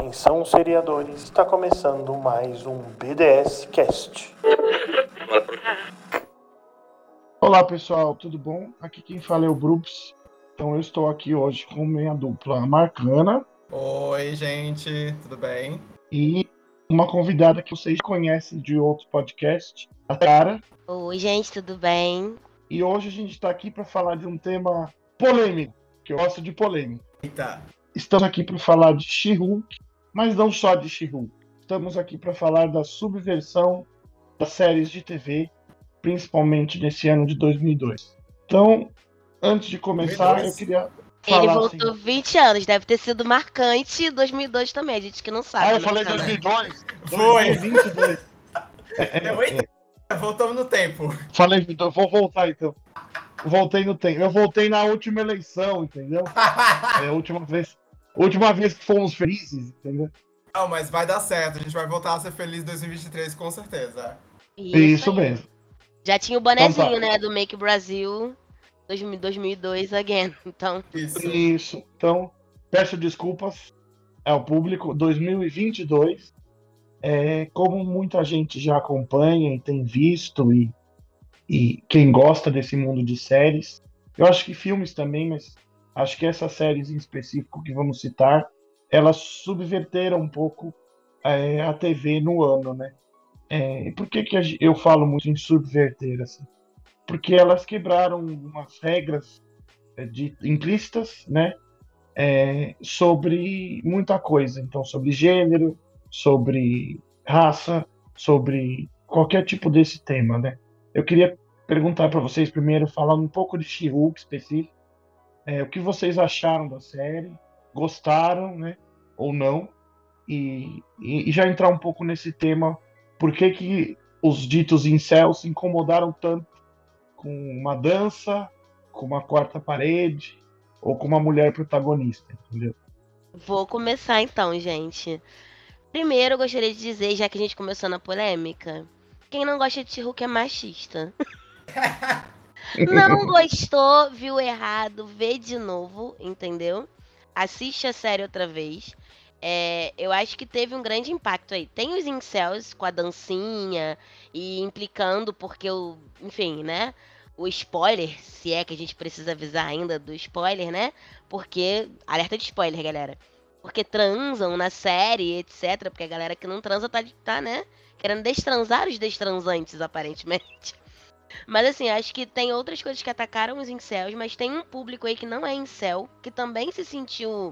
Atenção, seriadores, está começando mais um BDS Cast. Olá pessoal, tudo bom? Aqui quem fala é o Brups. Então eu estou aqui hoje com minha dupla Marcana. Oi gente, tudo bem? E uma convidada que vocês conhecem de outros podcasts, a Tara. Oi gente, tudo bem? E hoje a gente está aqui para falar de um tema polêmico, que eu gosto de polêmica. Eita. Estamos aqui para falar de She-Hulk, mas não só de She-Hulk. Estamos aqui para falar da subversão das séries de TV, principalmente nesse ano de 2002. Então, antes de começar, 2002? eu queria falar Ele voltou assim... 20 anos, deve ter sido marcante 2002 também, a gente que não sabe. Ah, eu né, falei cara? 2002? Foi. 2022. Voltamos no tempo. Falei, então, vou voltar então. Voltei no tempo. Eu voltei na última eleição, entendeu? É a última vez que fomos felizes, entendeu? Não, mas vai dar certo, a gente vai voltar a ser feliz em 2023 com certeza. Isso aí. mesmo. Já tinha o bonezinho, Então tá. né, do Make Brasil 2002 again, então... Isso. Então, peço desculpas ao público. 2022, como muita gente já acompanha e tem visto, e quem gosta desse mundo de séries, eu acho que filmes também, mas acho que essas séries em específico que vamos citar, elas subverteram um pouco a TV no ano, né? E por que eu falo muito em subverter, assim? Porque elas quebraram umas regras implícitas, né? Sobre muita coisa. Então, sobre gênero, sobre raça, sobre qualquer tipo desse tema, né? Eu queria perguntar para vocês primeiro, falando um pouco de She-Hulk específico, o que vocês acharam da série, gostaram, né? Ou não? E já entrar um pouco nesse tema, por que os ditos incels se incomodaram tanto com uma dança, com uma quarta parede, ou com uma mulher protagonista, entendeu? Vou começar então, gente. Primeiro, eu gostaria de dizer, já que a gente começou na polêmica, quem não gosta de She-Hulk é machista. Não gostou, viu errado, vê de novo, entendeu? Assiste a série outra vez. Eu acho que teve um grande impacto aí. Tem os incels com a dancinha e implicando porque enfim, né? O spoiler, se é que a gente precisa avisar ainda do spoiler, né? Porque, alerta de spoiler, galera. Porque transam na série, etc. Porque a galera que não transa tá, né? Querendo destransar os destransantes, aparentemente. Mas assim, acho que tem outras coisas que atacaram os incels, mas tem um público aí que não é incel, que também se sentiu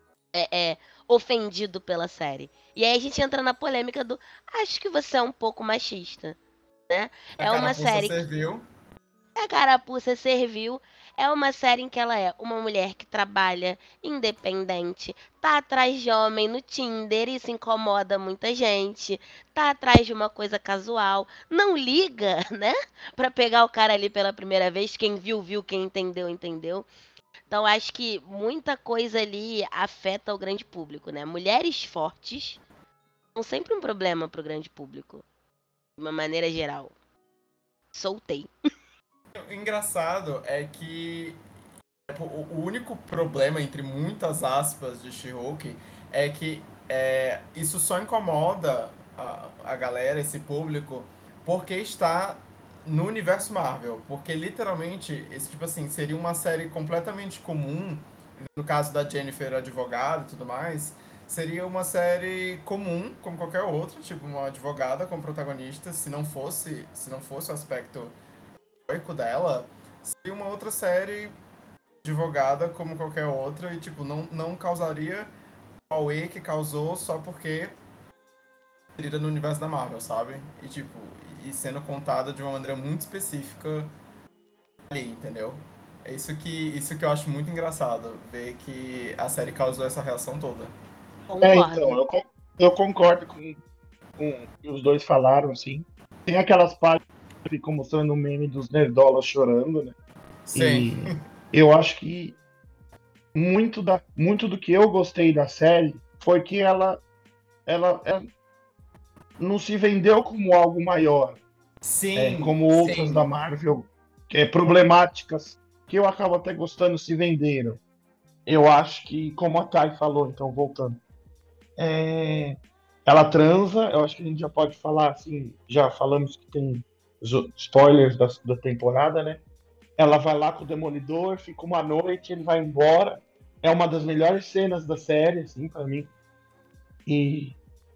ofendido pela série. E aí a gente entra na polêmica do acho que você é um pouco machista, né? É uma série Serviu. A Carapuça serviu. É uma série em que ela é uma mulher que trabalha independente, tá atrás de homem no Tinder e se incomoda muita gente, tá atrás de uma coisa casual, não liga, né, pra pegar o cara ali pela primeira vez, quem viu, viu, quem entendeu, entendeu. Então acho que muita coisa ali afeta o grande público, né, mulheres fortes são sempre um problema pro grande público, de uma maneira geral. Soltei. O engraçado é que o único problema, entre muitas aspas, de She-Hulk é que isso só incomoda a galera, esse público, porque está no universo Marvel. Porque literalmente, tipo assim, seria uma série completamente comum, no caso da Jennifer, advogada e tudo mais, seria uma série comum, como qualquer outra, tipo uma advogada como protagonista, se não fosse o aspecto dela, seria uma outra série advogada como qualquer outra e tipo não causaria o auê que causou só porque seria no universo da Marvel, sabe? E tipo, sendo contada de uma maneira muito específica ali, entendeu? É isso que eu acho muito engraçado, ver que a série causou essa reação toda. Concordo. Então, eu concordo com o que os dois falaram, assim. Tem aquelas páginas que ficam mostrando o meme dos nerdolas chorando, né? Sim. E eu acho que muito do que eu gostei da série foi que ela não se vendeu como algo maior. Sim. Como outras da Marvel, problemáticas, que eu acabo até gostando, se venderam. Eu acho que, como a Thay falou, então, voltando, ela transa, eu acho que a gente já pode falar assim, já falamos que tem spoilers da temporada, né? Ela vai lá com o Demolidor, fica uma noite, ele vai embora. É uma das melhores cenas da série, assim, pra mim. E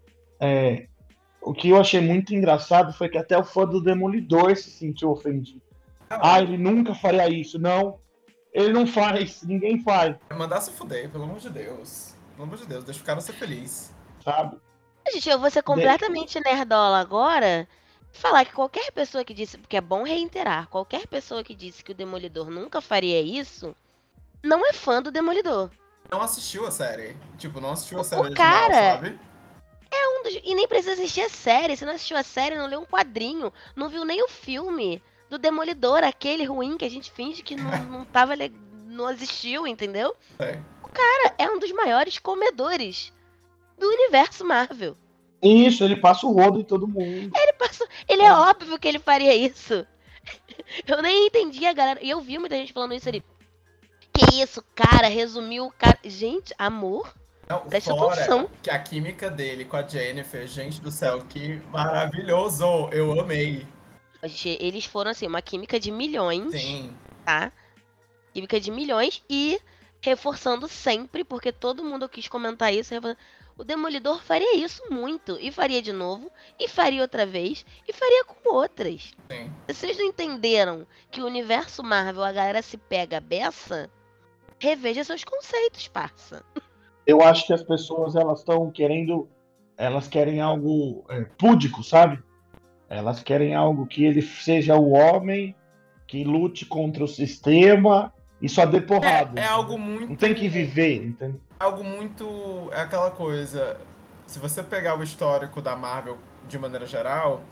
o que eu achei muito engraçado foi que até o fã do Demolidor se sentiu ofendido. Ele nunca faria isso. Não, ele não faz, ninguém faz, Mandar se fuder, pelo amor de Deus. Pelo amor de Deus, deixa o cara ser feliz. sabe? Gente, eu vou ser completamente nerdola agora e falar que qualquer pessoa que disse, porque é bom reiterar, qualquer pessoa que disse que o Demolidor nunca faria isso, não é fã do Demolidor. Não assistiu a série. Tipo, não assistiu a série O original, cara- sabe? E nem precisa assistir a série. Se não assistiu a série, não leu um quadrinho, não viu nem o filme do Demolidor, aquele ruim que a gente finge que não tava não existiu, entendeu? É. O cara é um dos maiores comedores do universo Marvel. Isso, ele passa o rodo em todo mundo. Ele é óbvio que ele faria isso. Eu nem entendi a galera. E eu vi muita gente falando isso ali. Que isso, cara, resumiu o cara. Gente, amor. Não, Presta fora atenção. que a química dele com a Jennifer, gente do céu, que maravilhoso! Eu amei. Gente, eles foram assim, uma química de milhões, Sim. tá? Química de milhões e reforçando sempre, porque todo mundo quis comentar isso. O Demolidor faria isso muito. E faria de novo. E faria outra vez. E faria com outras. Sim. Vocês não entenderam que o universo Marvel, a galera se pega a beça? Reveja seus conceitos, parça. Eu acho que as pessoas, elas querem algo púdico, sabe? Elas querem algo que ele seja o homem que lute contra o sistema e só dê porrada. É algo muito. Não tem que viver, entendeu? Algo muito. É aquela coisa. Se você pegar o histórico da Marvel de maneira geral,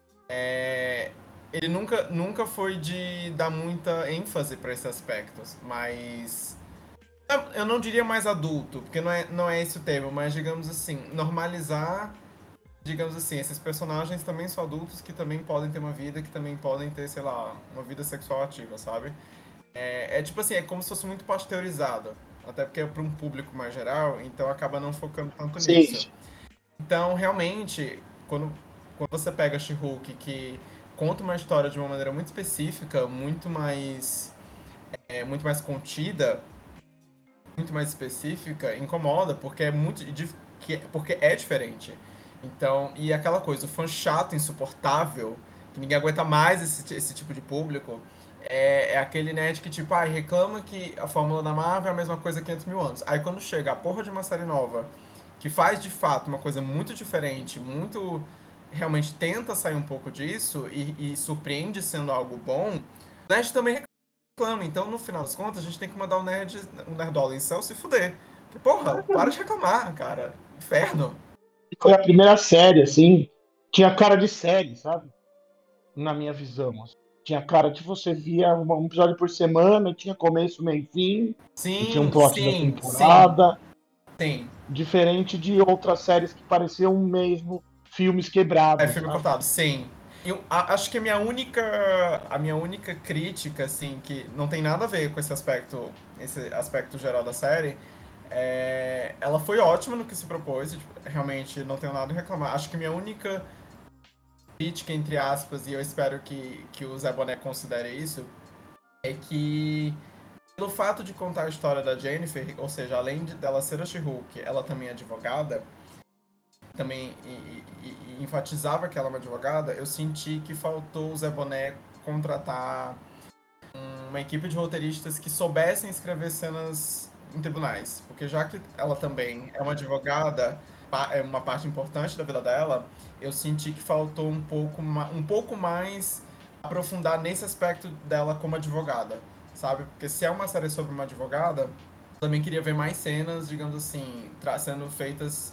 ele nunca foi de dar muita ênfase para esses aspectos, mas. Eu não diria mais adulto, porque não é esse o termo, mas digamos assim, normalizar, digamos assim, esses personagens também são adultos que também podem ter uma vida, que também podem ter, sei lá, uma vida sexual ativa, sabe? Tipo assim, é como se fosse muito pasteurizado, até porque é para um público mais geral, então acaba não focando tanto nisso. Então, realmente, quando você pega She-Hulk, que conta uma história de uma maneira muito específica, muito mais contida, muito mais específica, incomoda, porque porque é diferente. Então, e aquela coisa, o fã chato, insuportável, que ninguém aguenta mais esse tipo de público, é aquele nerd que, tipo, reclama que a fórmula da Marvel é a mesma coisa há 500 mil anos. Aí quando chega a porra de uma série nova, que faz de fato uma coisa muito diferente, muito realmente tenta sair um pouco disso e surpreende sendo algo bom, o nerd também reclama. Então, no final das contas, a gente tem que mandar o nerdola em céu se fuder. Porque, porra, para de reclamar, cara. Inferno. Foi a primeira série, assim, tinha cara de série, sabe? Na minha visão. Assim. Tinha cara que você via um episódio por semana, tinha começo, meio e fim, Sim, e tinha um plot da temporada. Sim. Diferente de outras séries que pareciam mesmo filmes quebrados. Filme cortado, sim. Eu acho que a minha única crítica, assim, que não tem nada a ver com esse aspecto geral da série, ela foi ótima no que se propôs, realmente não tenho nada a reclamar. Acho que minha única crítica, entre aspas, e eu espero que o Zé Boné considere isso, é que pelo fato de contar a história da Jennifer, ou seja, além dela ser a She-Hulk, ela também é advogada, também e enfatizava que ela é uma advogada, eu senti que faltou o Zé Boné contratar uma equipe de roteiristas que soubessem escrever cenas em tribunais. Porque já que ela também é uma advogada, é uma parte importante da vida dela, eu senti que faltou um pouco mais aprofundar nesse aspecto dela como advogada, sabe? Porque se é uma série sobre uma advogada, eu também queria ver mais cenas, digamos assim, sendo feitas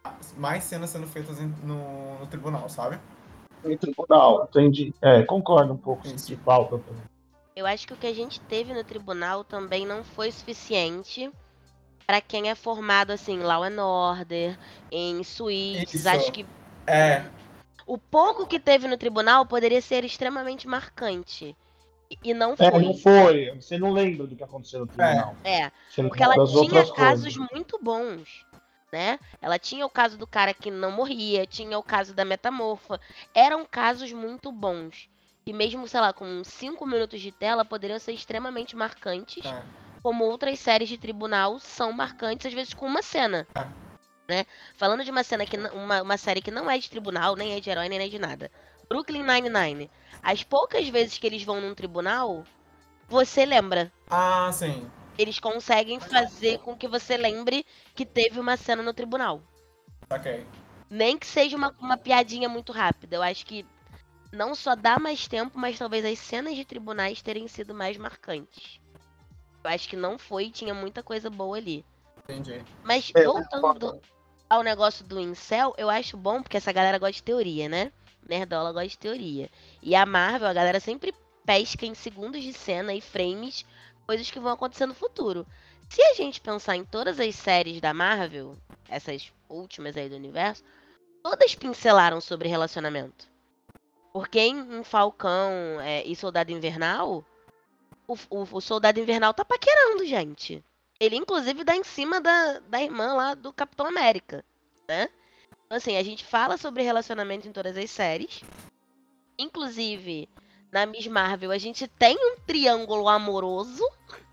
no tribunal, sabe? No tribunal, entendi. Concordo um pouco que falta também. Eu acho que o que a gente teve no tribunal também não foi suficiente para quem é formado assim, Law and Order, em Suits. Isso. Acho que o pouco que teve no tribunal poderia ser extremamente marcante. E não foi. Não foi. Você não lembra do que aconteceu no tribunal. Porque ela tinha casos muito bons. né? Ela tinha o caso do cara que não morria, tinha o caso da metamorfa. Eram casos muito bons. E mesmo, sei lá, com 5 minutos de tela, poderiam ser extremamente marcantes. É. Como outras séries de tribunal são marcantes, às vezes com uma cena. Né? Falando de uma cena que uma série que não é de tribunal, nem é de herói, nem é de nada. Brooklyn Nine-Nine. As poucas vezes que eles vão num tribunal, você lembra. Ah, sim. Eles conseguem fazer com que você lembre que teve uma cena no tribunal. Ok. Nem que seja uma piadinha muito rápida. Eu acho que não só dá mais tempo, mas talvez as cenas de tribunais terem sido mais marcantes. Eu acho que não foi, tinha muita coisa boa ali. Entendi. Mas voltando ao negócio do incel, eu acho bom, porque essa galera gosta de teoria, né? Nerdola gosta de teoria. E a Marvel, a galera sempre pesca em segundos de cena e frames coisas que vão acontecer no futuro. Se a gente pensar em todas as séries da Marvel, essas últimas aí do universo, todas pincelaram sobre relacionamento. Porque em Falcão e Soldado Invernal, o Soldado Invernal tá paquerando, gente. Ele, inclusive, dá em cima da irmã lá do Capitão América, né? Então, assim, a gente fala sobre relacionamento em todas as séries. Inclusive, na Miss Marvel, a gente tem um triângulo amoroso.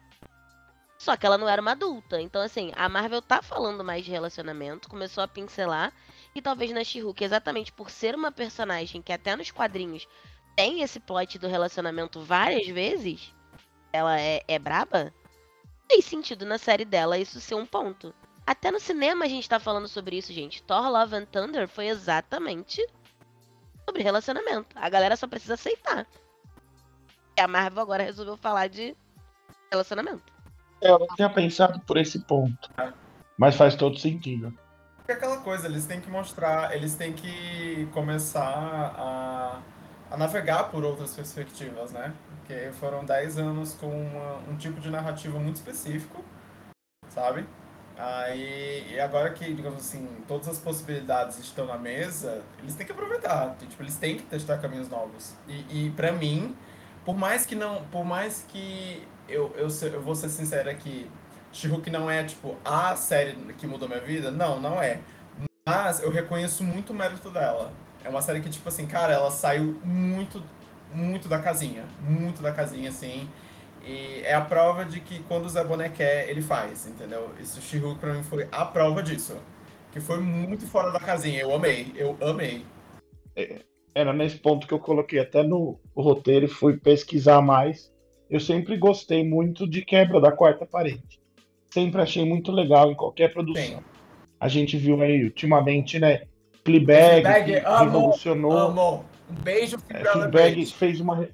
Só que ela não era uma adulta. Então, assim, a Marvel tá falando mais de relacionamento, começou a pincelar. E talvez na She-Hulk, exatamente por ser uma personagem que até nos quadrinhos tem esse plot do relacionamento várias vezes, ela é braba, tem sentido na série dela isso ser um ponto. Até no cinema a gente tá falando sobre isso, gente. Thor Love and Thunder foi exatamente sobre relacionamento. A galera só precisa aceitar. E a Marvel agora resolveu falar de relacionamento. Eu não tinha pensado por esse ponto, mas faz todo sentido. É aquela coisa, eles têm que mostrar, eles têm que começar a navegar por outras perspectivas, né? Porque foram 10 anos com um tipo de narrativa muito específico, sabe? E agora que, digamos assim, todas as possibilidades estão na mesa, eles têm que aproveitar, tipo, eles têm que testar caminhos novos. E pra mim, por mais que eu vou ser sincero aqui, She-Hulk não é, tipo, a série que mudou minha vida? Não, não é. Mas eu reconheço muito o mérito dela. É uma série que, tipo assim, cara, ela saiu muito, muito da casinha. Muito da casinha, assim. E é a prova de que quando o Zé Boné quer, ele faz, entendeu? Isso, She-Hulk pra mim foi a prova disso. Que foi muito fora da casinha. Eu amei. Era nesse ponto que eu coloquei até no roteiro e fui pesquisar mais. Eu sempre gostei muito de quebra da quarta parede. Sempre achei muito legal em qualquer produção. Sim. A gente viu aí ultimamente, né? Fleabag, que revolucionou. Amo. Um beijo, Fleabag fez uma.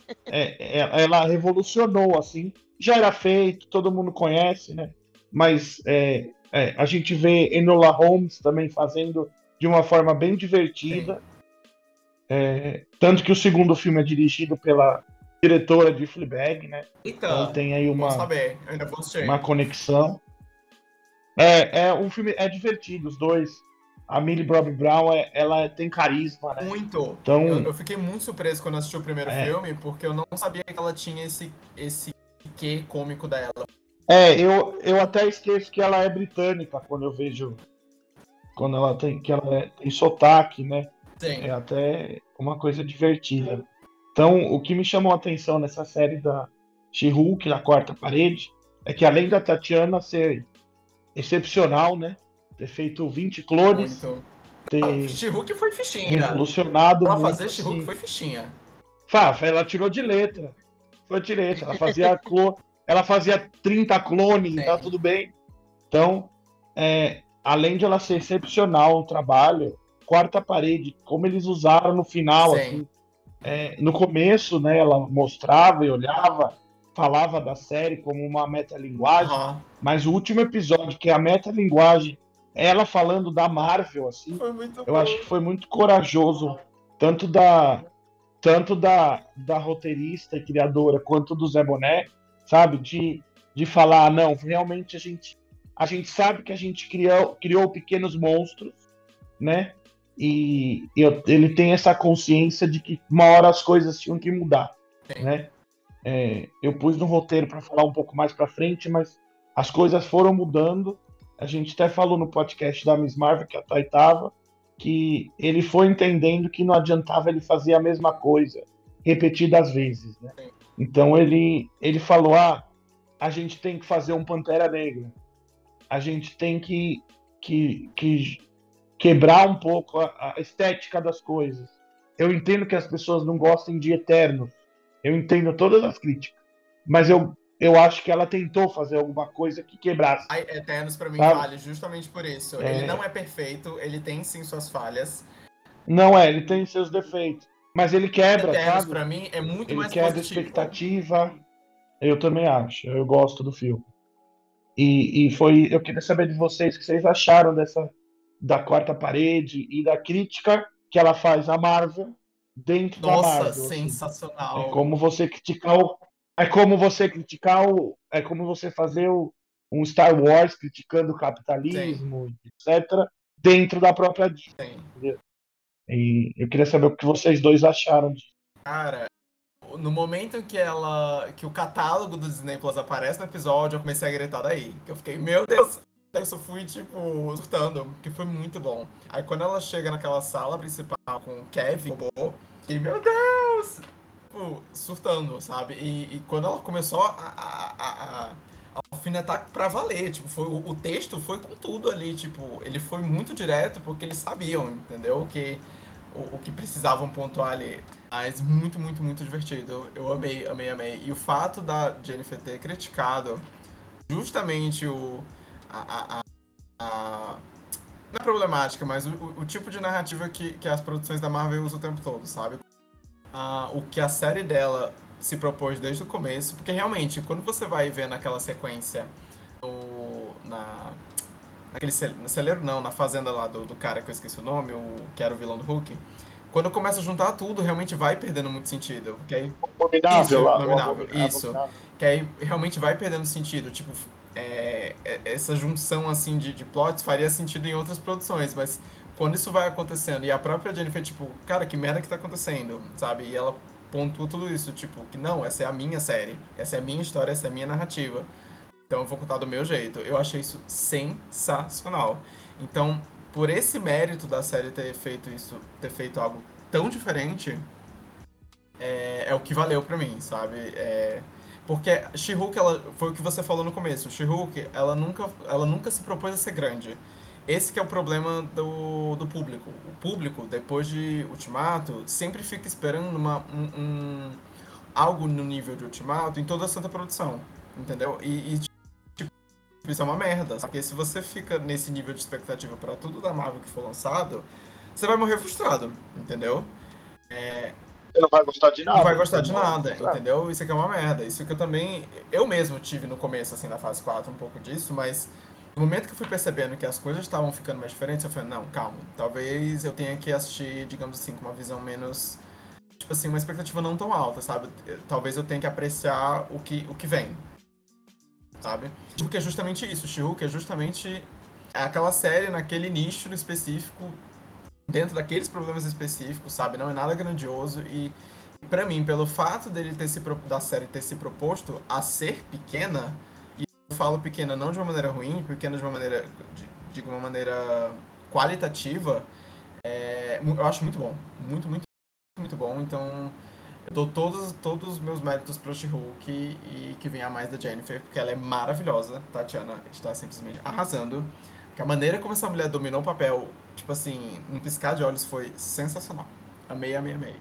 Ela revolucionou, assim. Já era feito, todo mundo conhece, né? Mas a gente vê Enola Holmes também fazendo de uma forma bem divertida. Tanto que o segundo filme é dirigido pela diretora de Fleabag, né? Então tem aí Vamos saber, eu ainda vou assistir. uma conexão. Um filme divertido, os dois. A Millie Bobby Brown, ela tem carisma, né? Muito. Então, eu fiquei muito surpreso quando assisti o primeiro filme, porque eu não sabia que ela tinha esse quê cômico dela. Eu até esqueço que ela é britânica quando eu vejo. Quando ela tem sotaque, né? Sim. É até uma coisa divertida. Então, o que me chamou a atenção nessa série da She-Hulk, da Quarta Parede, é que além da Tatiana ser excepcional, né? Ter feito 20 clones, Muito. ter She-Hulk foi fichinha. revolucionado Pra muito, fazer She-Hulk assim. foi fichinha. Ela tirou de letra. Foi de letra. Ela fazia 30 clones, tá tudo bem. Então, além de ela ser excepcional no trabalho, Quarta Parede, como eles usaram no final, assim, no começo, né, ela mostrava e olhava, falava da série como uma metalinguagem, mas o último episódio, que é a metalinguagem, ela falando da Marvel, assim, eu acho que foi muito corajoso, tanto da roteirista e criadora, quanto do Zé Boné, sabe, de falar, não, realmente a gente sabe que a gente criou pequenos monstros, né? E ele tem essa consciência de que uma hora as coisas tinham que mudar, né? Eu pus no roteiro para falar um pouco mais para frente, mas as coisas foram mudando. A gente até falou no podcast da Miss Marvel, que a Thay tava, que ele foi entendendo que não adiantava ele fazer a mesma coisa repetidas vezes, né? Então ele falou, a gente tem que fazer um Pantera Negra. A gente tem que quebrar um pouco a estética das coisas. Eu entendo que as pessoas não gostem de Eternos. Eu entendo todas as críticas. Mas eu acho que ela tentou fazer alguma coisa que quebrasse. A Eternos, pra mim, Sabe? vale justamente por isso. Ele não é perfeito, ele tem sim suas falhas. Não é, ele tem seus defeitos. Mas ele quebra, Eternos, sabe? pra mim, é muito Ele mais quebra a positivo. expectativa. Eu também acho. Eu gosto do filme. E eu queria saber de vocês o que vocês acharam da quarta parede e da crítica que ela faz à Marvel dentro da Nossa, Marvel. Assim. sensacional. É como você criticar é como você fazer um Star Wars criticando o capitalismo, etc., dentro da própria Disney. Sim. E eu queria saber o que vocês dois acharam disso. Cara, no momento que o catálogo do Disney Plus aparece no episódio, eu comecei a gritar daí. Que eu fiquei, meu Deus! Eu só fui, tipo, surtando, que foi muito bom. Aí quando ela chega naquela sala principal com o Kevin, o robô, e meu Deus! Tipo, surtando, sabe? E quando ela começou a alfinetar pra valer, tipo, o texto foi com tudo ali, tipo, ele foi muito direto porque eles sabiam, entendeu? O que precisavam pontuar ali. Mas muito, muito, muito divertido. Eu amei, amei, amei. E o fato da Jennifer ter criticado justamente não é problemática, mas o tipo de narrativa que as produções da Marvel usam o tempo todo, sabe? O que a série dela se propôs desde o começo, porque realmente, quando você vai ver naquela sequência no celeiro não, na fazenda lá do cara que eu esqueci o nome, que era o vilão do Hulk, quando começa a juntar tudo, realmente vai perdendo muito sentido. Okay? Abominável, isso. Que aí realmente vai perdendo sentido. Tipo, essa junção assim de plots faria sentido em outras produções, mas quando isso vai acontecendo e a própria Jennifer, tipo, cara, que merda que tá acontecendo, sabe? E ela pontua tudo isso, tipo, que não, essa é a minha série, essa é a minha história, essa é a minha narrativa. Então eu vou contar do meu jeito. Eu achei isso sensacional. Então, por esse mérito da série ter feito algo tão diferente, é o que valeu pra mim, sabe? Porque She-Hulk, foi o que você falou no começo, She-Hulk, ela nunca se propôs a ser grande. Esse que é o problema do público. O público, depois de Ultimato, sempre fica esperando algo no nível de Ultimato em toda a santa produção, entendeu? Isso é uma merda, porque se você fica nesse nível de expectativa pra tudo da Marvel que for lançado, você vai morrer frustrado, entendeu? Você não vai gostar de nada. Não vai gostar de nada, entendeu? Isso aqui é uma merda. Isso que eu mesmo tive no começo, assim, na fase 4, um pouco disso, mas no momento que eu fui percebendo que as coisas estavam ficando mais diferentes, eu falei, não, calma, talvez eu tenha que assistir, digamos assim, com uma visão menos, tipo assim, uma expectativa não tão alta, sabe? Talvez eu tenha que apreciar o que vem, sabe? Porque é justamente isso, She-Hulk é justamente aquela série naquele nicho específico, dentro daqueles problemas específicos, sabe? Não é nada grandioso e, pra mim, pelo fato da série ter se proposto a ser pequena, e eu falo pequena não de uma maneira ruim, pequena de uma maneira qualitativa, eu acho muito bom. Muito, muito, muito bom. Então, eu dou todos os meus méritos pra She-Hulk e que venha mais da Jennifer, porque ela é maravilhosa. Tatiana está simplesmente arrasando. Porque a maneira como essa mulher dominou o papel, tipo assim, um piscar de olhos foi sensacional. Amei, amei, amei.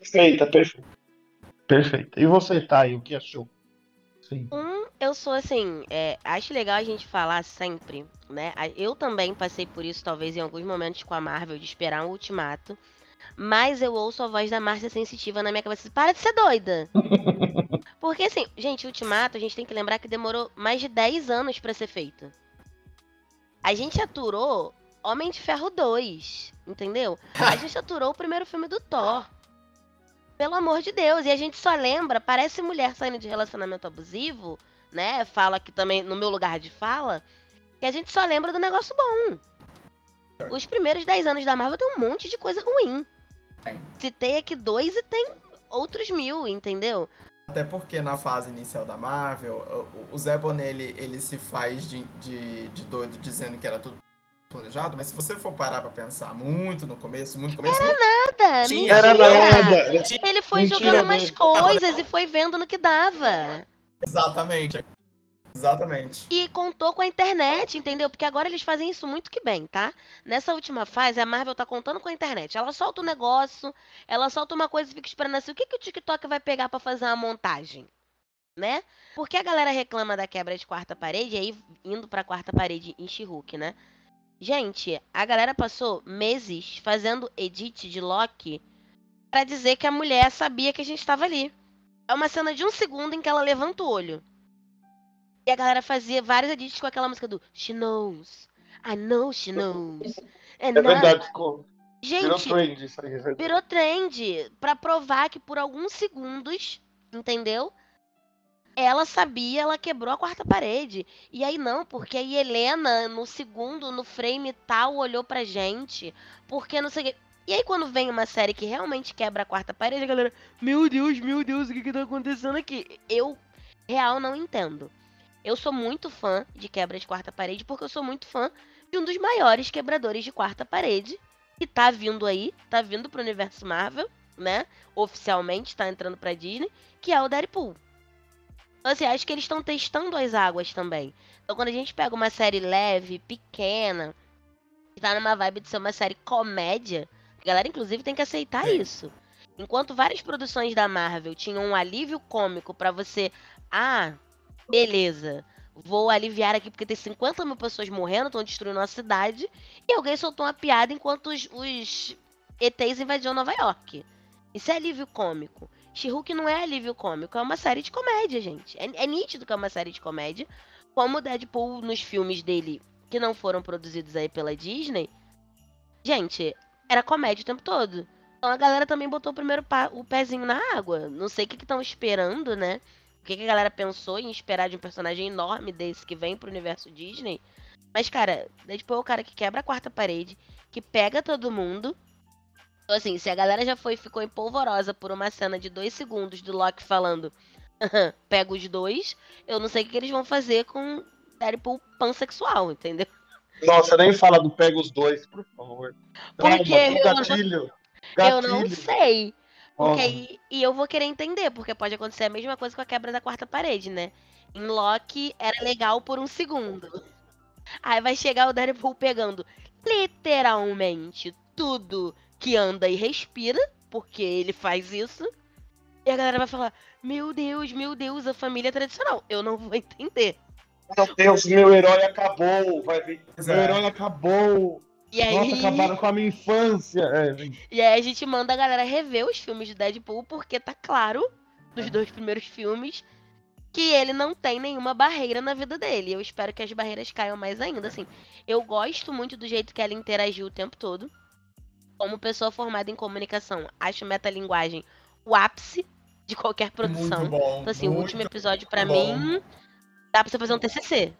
Perfeita. E você, Thay, o que achou? Sim. Eu sou assim, acho legal a gente falar sempre, né? Eu também passei por isso, talvez, em alguns momentos com a Marvel, de esperar um ultimato. Mas eu ouço a voz da Márcia Sensitiva na minha cabeça. Para de ser doida! Porque, assim, gente, Ultimato, a gente tem que lembrar que demorou mais de 10 anos pra ser feito. A gente aturou Homem de Ferro 2, entendeu? A gente aturou o primeiro filme do Thor. Pelo amor de Deus. E a gente só lembra, parece mulher saindo de relacionamento abusivo, né? Fala aqui também, no meu lugar de fala, que a gente só lembra do negócio bom. Os primeiros 10 anos da Marvel tem um monte de coisa ruim. Citei aqui 2 e tem outros 1000, entendeu? Até porque na fase inicial da Marvel, o Zé Bonet, ele se faz de doido dizendo que era tudo planejado, mas se você for parar pra pensar muito no começo, não Nada, tinha. Era mentira. nada. Ele foi Mentira jogando umas dele. coisas e foi vendo no que dava. Exatamente. E contou com a internet, entendeu? Porque agora eles fazem isso muito que bem, tá? Nessa última fase, a Marvel tá contando com a internet. Ela solta um negócio, ela solta uma coisa e fica esperando assim, o que o TikTok vai pegar pra fazer uma montagem, né? Porque a galera reclama da quebra de quarta parede, e aí indo pra quarta parede em She-Hulk, né? Gente, a galera passou meses fazendo edit de Loki pra dizer que a mulher sabia que a gente tava ali. É uma cena de 1 segundo em que ela levanta o olho. E a galera fazia vários edits com aquela música do She knows. I know she knows. É verdade, ficou. Virou Gente, trend isso aí. É verdade. virou trend pra provar que por alguns segundos, entendeu? Ela sabia, ela quebrou a quarta parede. E aí não, porque aí Helena, no segundo, no frame tal, olhou pra gente. Porque não sei o que. E aí quando vem uma série que realmente quebra a quarta parede, a galera, meu Deus, o que tá acontecendo aqui? Eu, real, não entendo. Eu sou muito fã de quebra de quarta parede, porque eu sou muito fã de um dos maiores quebradores de quarta parede. Que tá vindo aí, tá vindo pro universo Marvel, né? Oficialmente, tá entrando pra Disney, que é o Deadpool. Então, assim, acho que eles estão testando as águas também. Então, quando a gente pega uma série leve, pequena, que tá numa vibe de ser uma série comédia, a galera, inclusive, tem que aceitar Sim. isso. Enquanto várias produções da Marvel tinham um alívio cômico pra você... Ah, beleza. Vou aliviar aqui porque tem 50 mil pessoas morrendo, estão destruindo a cidade. E alguém soltou uma piada enquanto os ETs invadiam Nova York. Isso é alívio cômico. She-Hulk não é alívio cômico, é uma série de comédia, gente. É nítido que é uma série de comédia. Como o Deadpool nos filmes dele, que não foram produzidos aí pela Disney. Gente, era comédia o tempo todo. Então a galera também botou primeiro o pezinho na água. Não sei o que estão esperando, né? O que a galera pensou em esperar de um personagem enorme desse que vem pro universo Disney. Mas, cara, Deadpool é o cara que quebra a quarta parede, que pega todo mundo. Então, assim, se a galera já ficou empolvorosa por uma cena de 2 segundos do Loki falando pega os dois, eu não sei o que eles vão fazer com Deadpool pansexual, entendeu? Nossa, nem fala do pega os dois, por favor. Porque Gatilho. eu não sei. Porque Nossa. aí, e eu vou querer entender, porque pode acontecer a mesma coisa com a quebra da quarta parede, né? Em Loki era legal por 1 segundo. Aí vai chegar o Deadpool pegando literalmente tudo que anda e respira, porque ele faz isso. E a galera vai falar: meu Deus, a família é tradicional. Eu não vou entender. Meu Deus, meu herói acabou. Vai vir. Pois Meu é. herói acabou. E aí, Nossa, acabaram com a minha infância. e aí a gente manda a galera rever os filmes de Deadpool, porque tá claro, nos 2 primeiros filmes, que ele não tem nenhuma barreira na vida dele. Eu espero que as barreiras caiam mais ainda, assim. Eu gosto muito do jeito que ela interagiu o tempo todo. Como pessoa formada em comunicação, acho metalinguagem o ápice de qualquer produção. Muito bom. Então, assim, o muito último episódio, pra bom. mim, dá pra você fazer um TCC.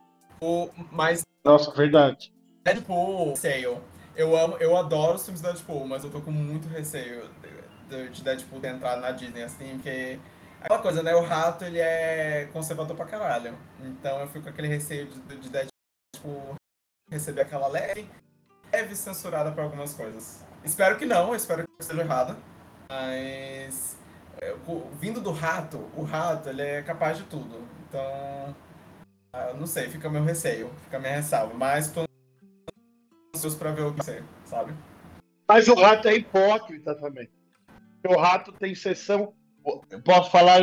Mas Nossa, verdade. Deadpool, receio. Eu adoro os filmes do Deadpool, mas eu tô com muito receio de Deadpool ter entrado na Disney, assim, porque... Aquela coisa, né? O rato, ele é conservador pra caralho. Então eu fico com aquele receio de Deadpool receber aquela leve censurada pra algumas coisas. Espero que não, espero que esteja errada. Mas... vindo do rato, o rato, ele é capaz de tudo. Então... não sei, fica meu receio, fica minha ressalva. Mas tô ansioso pra ver o que sei, sabe? Mas o rato é hipócrita também. O rato tem sessão. Eu posso falar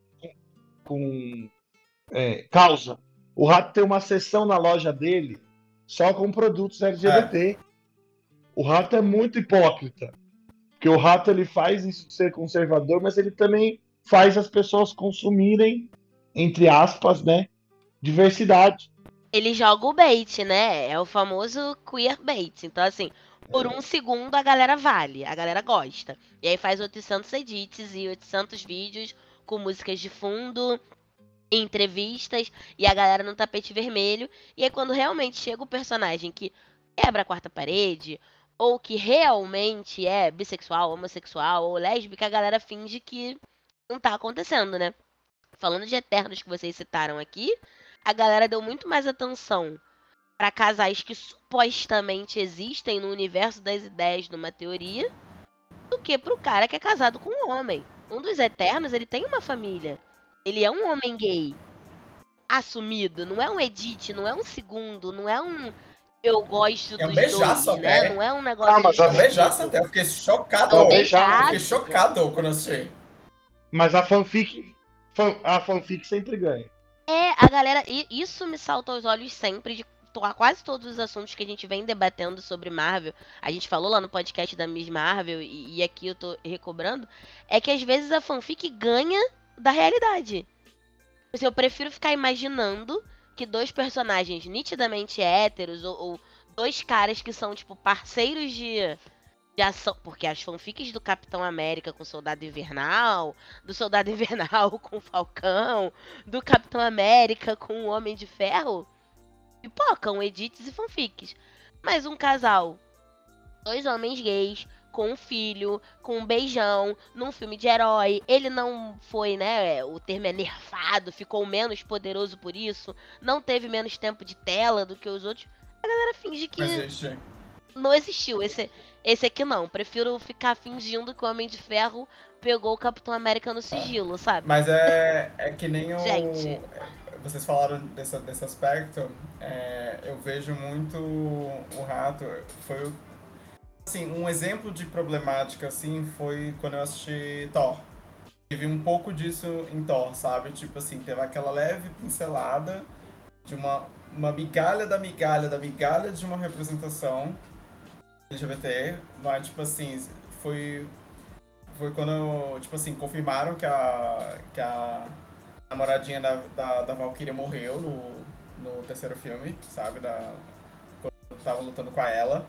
com causa. O rato tem uma sessão na loja dele só com produtos LGBT. O rato é muito hipócrita. Porque o rato ele faz isso de ser conservador, mas ele também faz as pessoas consumirem, entre aspas, né, diversidade. Ele joga o bait, né? É o famoso queer bait. Então, assim, por 1 segundo a galera vale, a galera gosta. E aí faz 800 edits e 800 vídeos com músicas de fundo, entrevistas, e a galera no tapete vermelho. E aí quando realmente chega o personagem que quebra a quarta parede, ou que realmente é bissexual, homossexual ou lésbica, a galera finge que não tá acontecendo, né? Falando de Eternos que vocês citaram aqui, a galera deu muito mais atenção pra casais que supostamente existem no universo das ideias numa teoria do que pro cara que é casado com um homem. Um dos Eternos, ele tem uma família. Ele é um homem gay assumido, não é um edit, não é um segundo, não é um eu gosto É um dos beijaço dois, né? até. Não é um negócio mas É um a- beijaço até. Eu fiquei chocado. É um Eu beijaço. fiquei chocado quando eu assisti. Mas a fanfic sempre ganha. A galera, isso me salta aos olhos sempre de quase todos os assuntos que a gente vem debatendo sobre Marvel. A gente falou lá no podcast da Miss Marvel e aqui eu tô recobrando, é que às vezes a fanfic ganha da realidade. Assim, eu prefiro ficar imaginando que dois personagens nitidamente héteros ou dois caras que são tipo parceiros de ação, porque as fanfics do Capitão América com o Soldado Invernal, do Soldado Invernal com o Falcão, do Capitão América com o Homem de Ferro, pipocam edits e fanfics. Mas um casal, dois homens gays, com um filho, com um beijão, num filme de herói, ele não foi, né, o termo é nerfado, ficou menos poderoso por isso, não teve menos tempo de tela do que os outros, a galera finge que não existiu. Esse aqui não. Prefiro ficar fingindo que o Homem de Ferro pegou o Capitão América no sigilo, sabe? Mas é que nem o... Gente. Vocês falaram desse aspecto. Eu vejo muito o Rato. Foi... Assim, um exemplo de problemática, assim, foi quando eu assisti Thor. Tive um pouco disso em Thor, sabe? Tipo assim, teve aquela leve pincelada de uma migalha da migalha da migalha de uma representação LGBT, mas, tipo assim, foi quando, tipo assim, confirmaram que a namoradinha da Valkyria morreu no terceiro filme, sabe? Quando tava lutando com ela.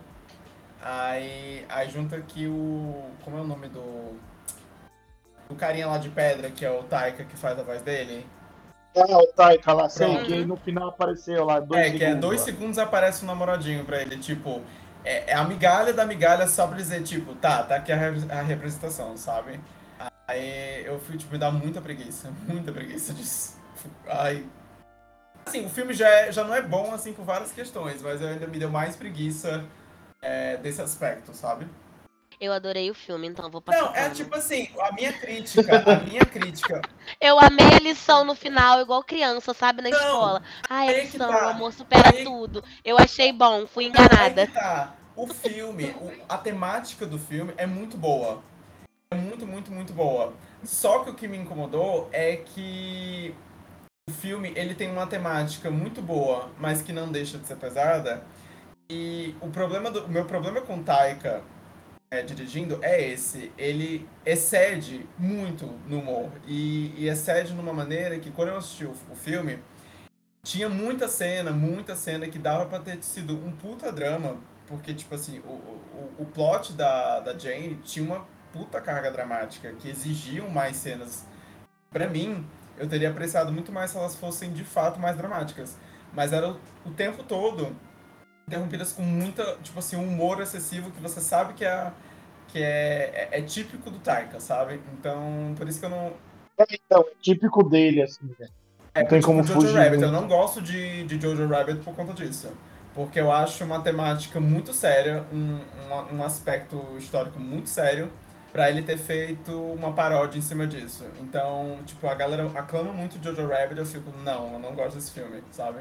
Aí junta que como é o nome do carinha lá de pedra, que é o Taika, que faz a voz dele? O Taika lá, sei Pronto. que no final apareceu lá 2 segundos. Que é 2 segundos aparece um namoradinho pra ele, tipo... É a migalha da migalha só pra dizer, tipo, tá aqui a representação, sabe? Aí eu fui, tipo, me dá muita preguiça disso. Ai. Assim, o filme já não é bom, assim, por várias questões, mas ainda me deu mais preguiça desse aspecto, sabe? Eu adorei o filme, então vou passar. Não, é tipo assim, a minha crítica. Eu amei a lição no final, igual criança, sabe, na escola. Ai, a aí que lição, tá. o amor supera Aí- tudo. Eu achei bom, fui enganada. Aí que tá. O filme, a temática do filme é muito boa. É muito, muito, muito boa. Só que o que me incomodou é que o filme, ele tem uma temática muito boa, mas que não deixa de ser pesada. E o meu problema com o Taika dirigindo é esse. Ele excede muito no humor. E excede numa maneira que, quando eu assisti o filme, tinha muita cena que dava pra ter sido um puta drama. Porque, tipo assim, o plot da Jane tinha uma puta carga dramática, que exigiam mais cenas. Pra mim, eu teria apreciado muito mais se elas fossem, de fato, mais dramáticas. Mas era o tempo todo interrompidas com muita, tipo assim, um humor excessivo que você sabe que é típico do Taika, sabe? Então, por isso que eu não... Então, é típico dele, assim, né? Não tem como Jojo fugir Rabbit, muito. eu não gosto de Jojo Rabbit por conta disso. Porque eu acho uma temática muito séria, um aspecto histórico muito sério, pra ele ter feito uma paródia em cima disso. Então, tipo, a galera aclama muito Jojo Rabbit, eu fico, não, eu não gosto desse filme, sabe?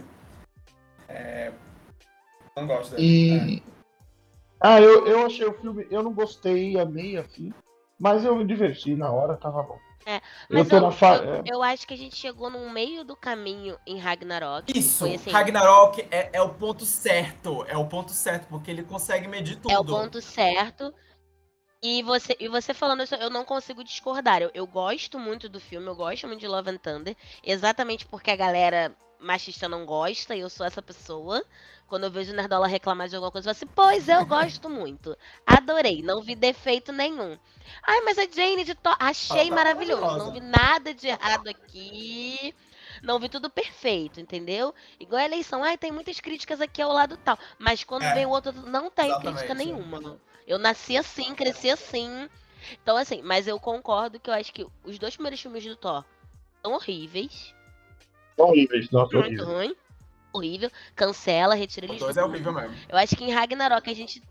Não gosto dele. Eu achei o filme, eu não gostei, amei, assim, mas eu me diverti na hora, tava bom. Mas tô na eu acho que a gente chegou no meio do caminho em Ragnarok. Isso, Foi assim, Ragnarok é o ponto certo. É o ponto certo, porque ele consegue medir tudo. é o ponto certo. E você falando isso, eu não consigo discordar. Eu gosto muito do filme, eu gosto muito de Love and Thunder. Exatamente porque a galera machista não gosta, e eu sou essa pessoa. Quando eu vejo o Nerdola reclamar de alguma coisa, eu falo assim, pois eu gosto muito. Adorei, não vi defeito nenhum. Ai, mas a Jane de Thor, achei tá maravilhoso. maravilhosa. Não vi nada de errado aqui. Não vi tudo perfeito, entendeu? Igual a eleição, ai, tem muitas críticas aqui ao lado tal. Mas quando vem o outro, não tem exatamente. crítica nenhuma. Eu nasci assim, cresci assim. Então, assim, mas eu concordo que eu acho que os 2 primeiros filmes do Thor são horríveis. São horríveis, nossa, Muito horrível. ruim. Horrível. Cancela, retira O eles do 2 é mundo. horrível mesmo. Eu acho que em Ragnarok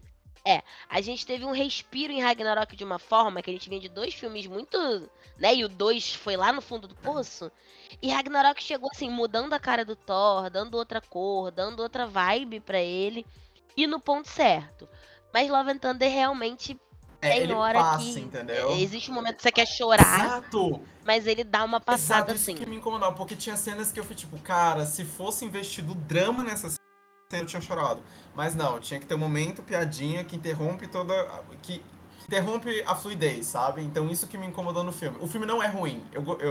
a gente teve um respiro em Ragnarok de uma forma que a gente vinha de 2 filmes muito, né? E o 2 foi lá no fundo do poço. E Ragnarok chegou assim, mudando a cara do Thor, dando outra cor, dando outra vibe pra ele. E no ponto certo. Mas Love and Thunder realmente tem Ele hora passa, que entendeu? existe um momento que você quer chorar, Exato! mas ele dá uma passada Exato, isso assim. que me incomodava, porque tinha cenas que eu fui tipo, cara, se fosse investido drama nessa cena, eu tinha chorado. Mas não, tinha que ter um momento, piadinha, que interrompe que interrompe a fluidez, sabe? Então isso que me incomodou no filme. O filme não é ruim.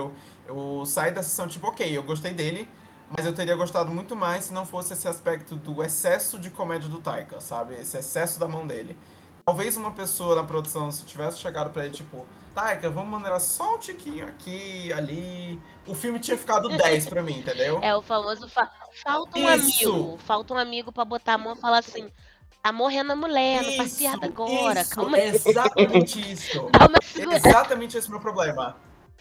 Eu saí da sessão tipo, ok, eu gostei dele, mas eu teria gostado muito mais se não fosse esse aspecto do excesso de comédia do Taika, sabe? Esse excesso da mão dele. Talvez uma pessoa na produção, se tivesse chegado pra ele, tipo, Taika, vamos maneirar só um tiquinho aqui, ali. O filme tinha ficado 10 pra mim, entendeu? É o famoso falta um Isso! amigo. Falta um amigo pra botar a mão e falar assim: tá morrendo a mulher, não faz piada agora, calma aí. Exatamente isso. Dá uma segurada. Exatamente esse é o meu problema.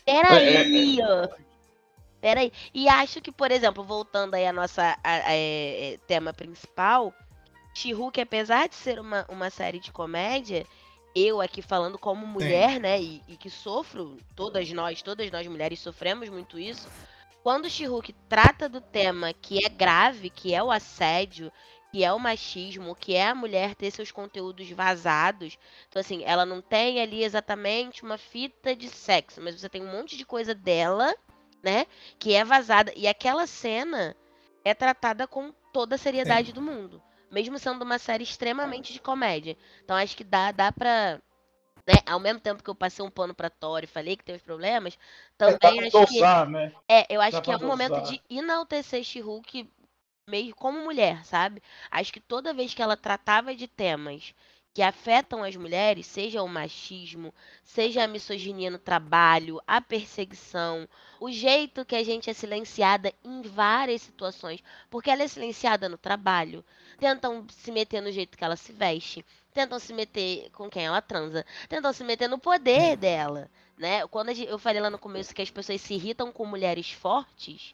Peraí, ó. Peraí. E acho que, por exemplo, voltando aí à nossa tema principal, She-Hulk, apesar de ser uma série de comédia, eu aqui falando como mulher, né, e que sofro, todas nós mulheres sofremos muito isso, quando She-Hulk trata do tema que é grave, que é o assédio, que é o machismo, que é a mulher ter seus conteúdos vazados, então assim, ela não tem ali exatamente uma fita de sexo, mas você tem um monte de coisa dela, né, que é vazada, e aquela cena é tratada com toda a seriedade Sim. do mundo. Mesmo sendo uma série extremamente de comédia. Então acho que dá pra. Né, ao mesmo tempo que eu passei um pano pra Tori e falei que teve problemas, Dá também pra acho que. dosar, né? Eu acho Dá que pra é um momento dosar. de enaltecer She-Hulk meio como mulher, sabe? Acho que toda vez que ela tratava de temas que afetam as mulheres, seja o machismo, seja a misoginia no trabalho, a perseguição, o jeito que a gente é silenciada em várias situações, porque ela é silenciada no trabalho, tentam se meter no jeito que ela se veste, tentam se meter com quem ela transa, tentam se meter no poder dela, né? Quando eu falei lá no começo que as pessoas se irritam com mulheres fortes,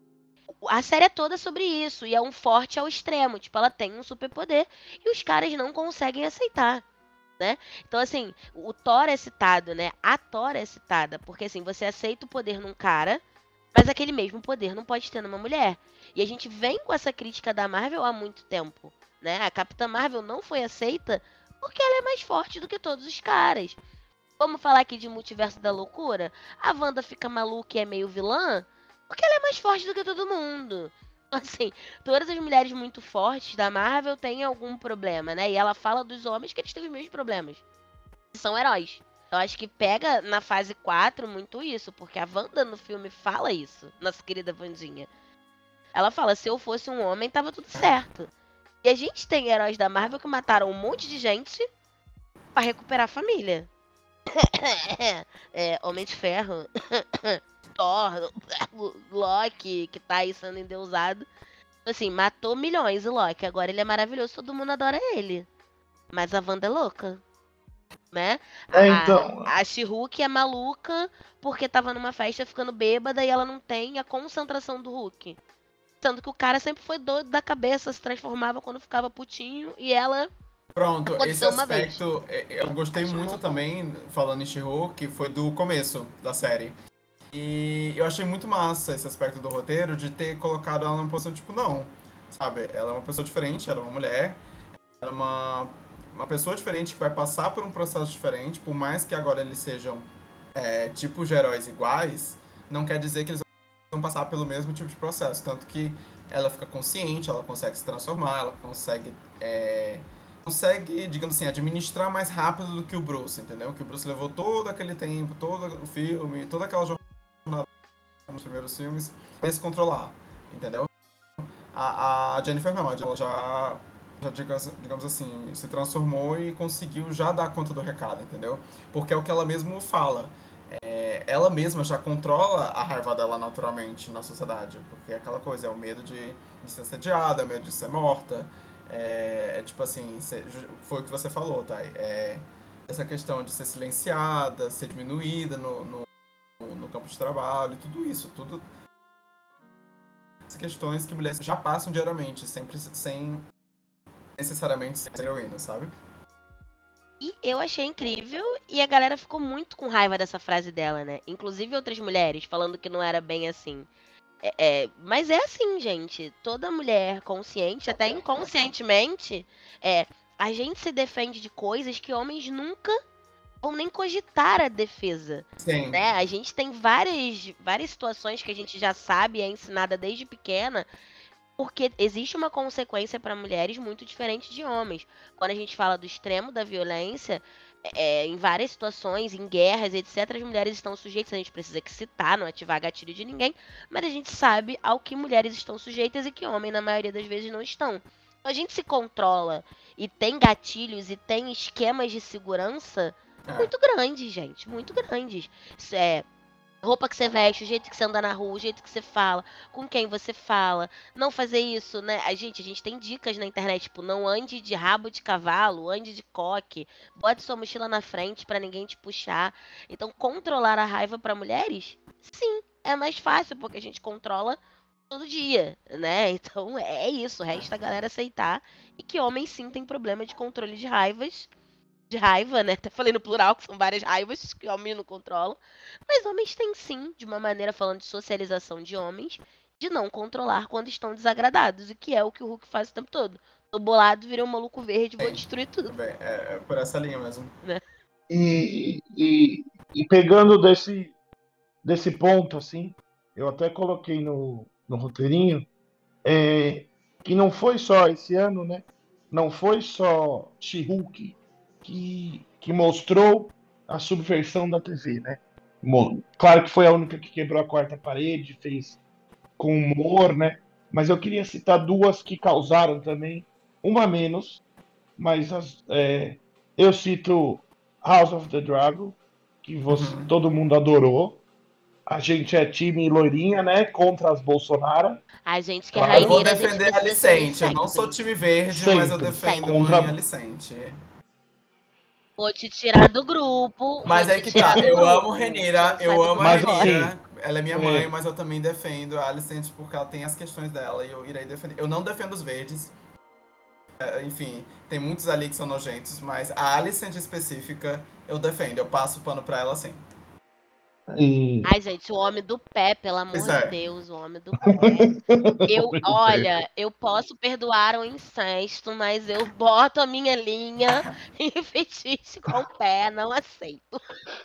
a série é toda sobre isso, e é um forte ao extremo. Tipo, ela tem um superpoder e os caras não conseguem aceitar, né? Então, assim, o Thor é citado, né? A Thor é citada, porque assim, você aceita o poder num cara, mas aquele mesmo poder não pode ter numa mulher. E a gente vem com essa crítica da Marvel há muito tempo, né? A Capitã Marvel não foi aceita porque ela é mais forte do que todos os caras. Vamos falar aqui de Multiverso da Loucura? A Wanda fica maluca e é meio vilã porque ela é mais forte do que todo mundo. Então, assim, todas as mulheres muito fortes da Marvel têm algum problema, né? E ela fala dos homens que eles têm os mesmos problemas. São heróis. Eu acho que pega na fase 4 muito isso, porque a Wanda no filme fala isso, nossa querida Wandinha. Ela fala, se eu fosse um homem, tava tudo certo. E a gente tem heróis da Marvel que mataram um monte de gente pra recuperar a família. Homem de Ferro, Thor, Loki, que tá aí sendo endeusado. Assim, matou milhões o Loki. Agora ele é maravilhoso, todo mundo adora ele. Mas a Wanda é louca, né? Então. A She-Hulk é maluca porque tava numa festa ficando bêbada e ela não tem a concentração do Hulk. Sendo que o cara sempre foi doido da cabeça, se transformava quando ficava putinho e ela Pronto, esse aconteceu uma vez. aspecto eu gostei muito também, falando em She-Hulk, que foi do começo da série. E eu achei muito massa esse aspecto do roteiro de ter colocado ela numa posição tipo, não, sabe? Ela é uma pessoa diferente, ela é uma mulher, ela é uma pessoa diferente que vai passar por um processo diferente, por mais que agora eles sejam tipos de heróis iguais, não quer dizer que eles vão passar pelo mesmo tipo de processo. Tanto que ela fica consciente, ela consegue se transformar, ela consegue, digamos assim, administrar mais rápido do que o Bruce, entendeu? Que o Bruce levou todo aquele tempo, todo o filme, toda aquela jornada nos primeiros filmes pra se controlar, entendeu? A Jennifer não, ela já digamos assim, se transformou e conseguiu já dar conta do recado, entendeu? Porque é o que ela mesma fala. Ela mesma já controla a raiva dela naturalmente na sociedade, porque é aquela coisa, é o medo de ser assediada, é o medo de ser morta, tipo assim, foi o que você falou, tá? essa questão de ser silenciada, ser diminuída no campo de trabalho, tudo isso, tudo as questões que mulheres já passam diariamente, sempre sem necessariamente ser heroína, sabe? E eu achei incrível, e a galera ficou muito com raiva dessa frase dela, né? Inclusive outras mulheres falando que não era bem assim. Mas é assim, gente. Toda mulher consciente, até inconscientemente, a gente se defende de coisas que homens nunca vão nem cogitar a defesa. Sim. Né? A gente tem várias situações que a gente já sabe, é ensinada desde pequena, porque existe uma consequência para mulheres muito diferente de homens. Quando a gente fala do extremo da violência, em várias situações, em guerras, etc., as mulheres estão sujeitas, a gente precisa que citar, não ativar gatilho de ninguém, mas a gente sabe ao que mulheres estão sujeitas e que homens, na maioria das vezes, não estão. Então, a gente se controla e tem gatilhos e tem esquemas de segurança muito grandes, gente, muito grandes. Roupa que você veste, o jeito que você anda na rua, o jeito que você fala, com quem você fala, não fazer isso, né? A gente tem dicas na internet, tipo, não ande de rabo de cavalo, ande de coque, bote sua mochila na frente pra ninguém te puxar. Então, controlar a raiva pra mulheres, sim, é mais fácil, porque a gente controla todo dia, né? Então, é isso, resta a galera aceitar e que homens sim têm problema de controle de raiva, né? Até falei no plural, que são várias raivas que homens não controlam. Mas homens têm sim, de uma maneira falando de socialização de homens, de não controlar quando estão desagradados. E que é o que o Hulk faz o tempo todo. Tô bolado, virei um maluco verde, vou destruir tudo. É por essa linha mesmo. Né? E pegando desse ponto, assim, eu até coloquei no roteirinho, que não foi só esse ano, né? Não foi só She-Hulk que mostrou a subversão da TV, né? Claro que foi a única que quebrou a quarta parede, fez com humor, né? Mas eu queria citar duas que causaram também, uma menos, mas eu cito House of the Dragon, que todo mundo adorou. A gente é time loirinha, né? Contra as Bolsonaro. A gente que é Eu vou raineira, a gente defender a precisa ser Alicente. Eu não sou sempre. time verde, mas eu defendo Contra- a Alicente. Vou te tirar do grupo. Mas aí que tá, eu amo Renira, eu amo a Mas, Renira. assim, Ela é minha mãe, mas eu também defendo a Alicente porque ela tem as questões dela e eu irei defender. Eu não defendo os verdes. Enfim, tem muitos ali que são nojentos, mas a Alicente específica eu defendo. Eu passo o pano pra ela sim. Ai, gente, o homem do pé, pelo amor Pois de é. Deus, o homem do pé. Olha, eu posso perdoar o incesto, mas eu boto a minha linha e fetiche com o pé, não aceito.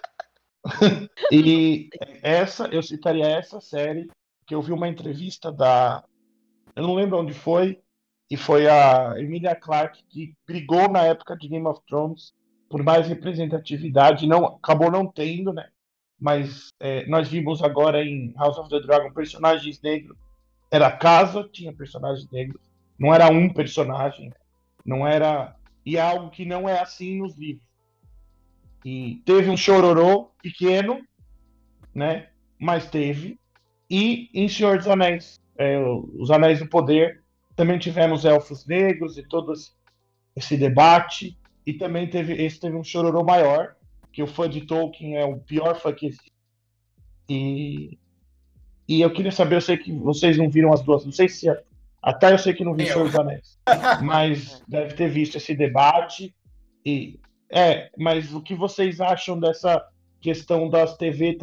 E eu citaria essa série, que eu vi uma entrevista eu não lembro onde foi, e foi a Emilia Clarke, que brigou na época de Game of Thrones por mais representatividade, acabou não tendo, né? Mas nós vimos agora em House of the Dragon personagens negros. Era casa, tinha personagens negros. Não era um personagem. Não era. E é algo que não é assim nos livros. E teve um chororô pequeno, né? Mas teve. E em Senhor dos Anéis, Os Anéis do Poder, também tivemos elfos negros e todo esse debate. E também teve um chororô maior, que o fã de Tolkien é o pior fã que existe. E eu queria saber, eu sei que vocês não viram as duas, não sei se até eu sei que não vi Senhor dos Anéis, mas deve ter visto esse debate. Mas o que vocês acham dessa questão das TV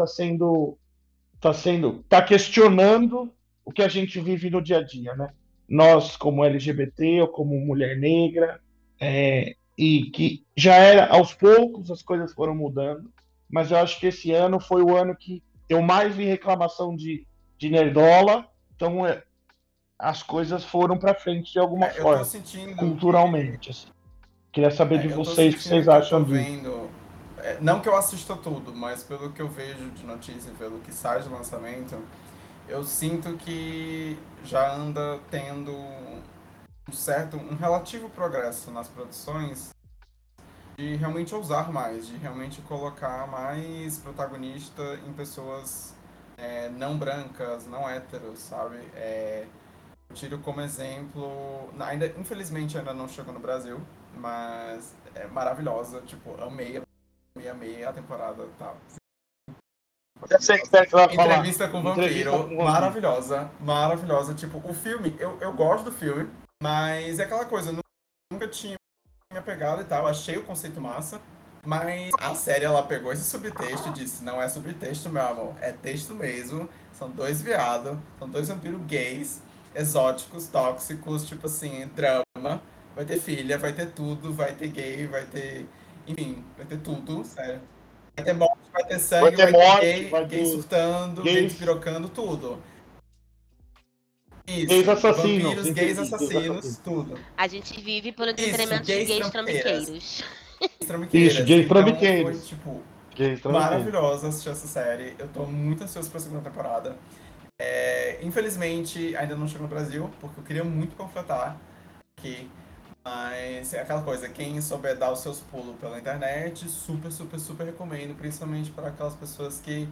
tá questionando o que a gente vive no dia a dia, né? Nós, como LGBT ou como mulher negra, e que já era, aos poucos as coisas foram mudando, mas eu acho que esse ano foi o ano que eu mais vi reclamação de nerdola, então as coisas foram para frente de alguma forma, Eu tô sentindo culturalmente. Assim. Queria saber de vocês o que vocês que acham eu tô disso. vendo, não que eu assista tudo, mas pelo que eu vejo de notícia, pelo que sai de lançamento, eu sinto que já anda tendo um relativo progresso nas produções de realmente ousar mais, de realmente colocar mais protagonista em pessoas não brancas, não héteros, sabe? Eu tiro como exemplo, infelizmente ainda não chegou no Brasil, mas é maravilhosa, tipo, amei me amei a temporada e tal. Você vai falar. Entrevista com o Entrevista Vampiro, com o Vampiro. maravilhosa, maravilhosa. Tipo, o filme, eu gosto do filme, mas é aquela coisa, eu nunca tinha me apegado e tal, achei o conceito massa, mas a série, ela pegou esse subtexto e disse, não é subtexto, meu amor, é texto mesmo, são dois viados, são dois vampiros gays, exóticos, tóxicos, tipo assim, drama, vai ter filha, vai ter tudo, vai ter gay, vai ter, enfim, vai ter tudo, sério. Vai ter morte, vai ter sangue, Vai ter morte, gay, vai gay ter surtando, gays. gay despirocando, tudo. Isso, Gays assassinos. vampiros, entendi, gays gays assassinos, tudo. A gente vive por entretenimento de gays gays trambiqueiras. trambiqueiros. Trambiqueiras. Isso, gays Então trambiqueiros. foi, tipo, Gays trambiqueiros. maravilhosa assistir essa série. Eu tô muito ansioso pra segunda temporada. Infelizmente, ainda não chegou no Brasil, porque eu queria muito completar aqui. Mas é aquela coisa, quem souber dar os seus pulos pela internet, super, super, super recomendo, principalmente para aquelas pessoas que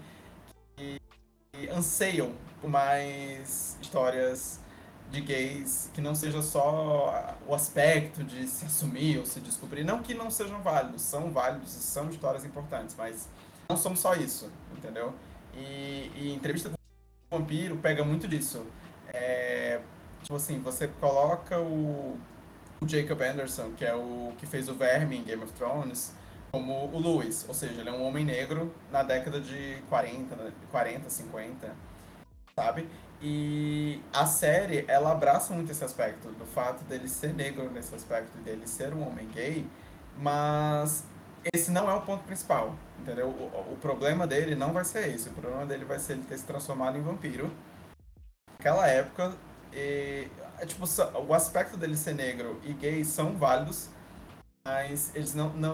anseiam por mais histórias de gays, que não seja só o aspecto de se assumir ou se descobrir. Não que não sejam válidos e são histórias importantes, mas não somos só isso, entendeu? E entrevista com o Vampiro pega muito disso. Tipo assim, você coloca o Jacob Anderson, que é o que fez o Verme em Game of Thrones, como o Lewis, ou seja, ele é um homem negro na década de 40, 50, sabe? E a série, ela abraça muito esse aspecto, do fato dele ser negro nesse aspecto, dele ser um homem gay, mas esse não é o ponto principal, entendeu? O problema dele não vai ser esse, o problema dele vai ser ele ter se transformado em vampiro. Naquela época, tipo, o aspecto dele ser negro e gay são válidos, mas eles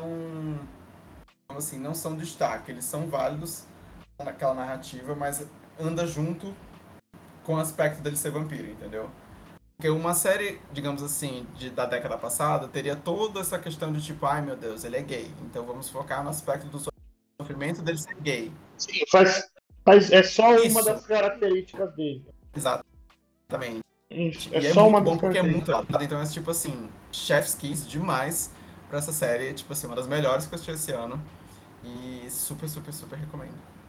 assim, não são destaque, eles são válidos naquela narrativa, mas anda junto com o aspecto dele ser vampiro, entendeu? Porque uma série, digamos assim, da década passada, teria toda essa questão de tipo, ai meu Deus, ele é gay, então vamos focar no aspecto do sofrimento dele ser gay. Sim, é só uma das características dele. Exatamente. Isso, E é só uma muito das bom porque é muito características. adaptado, então é tipo assim, chef's kiss demais pra essa série, tipo assim, uma das melhores que eu assisti esse ano. E super, super, super recomendo.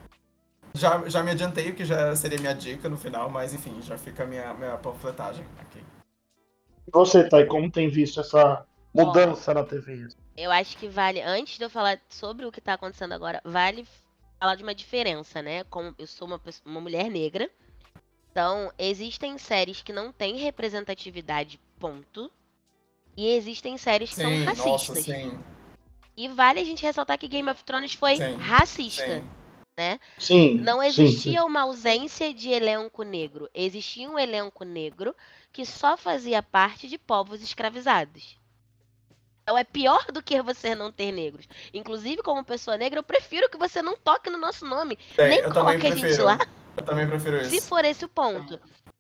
Já me adiantei, o que já seria minha dica no final, mas enfim, já fica a minha panfletagem aqui. E você, Thay, como tem visto essa mudança na TV? Eu acho que vale, antes de eu falar sobre o que tá acontecendo agora, vale falar de uma diferença, né? Como eu sou uma mulher negra, então existem séries que não têm representatividade, ponto. E existem séries que são racistas. Nossa, sim. E vale a gente ressaltar que Game of Thrones foi racista. Sim. Né? Sim. Não existia uma ausência de elenco negro. Existia um elenco negro que só fazia parte de povos escravizados. Então é pior do que você não ter negros. Inclusive, como pessoa negra, eu prefiro que você não toque no nosso nome. Nem coloque a gente lá. Eu também prefiro isso. Se for esse o ponto.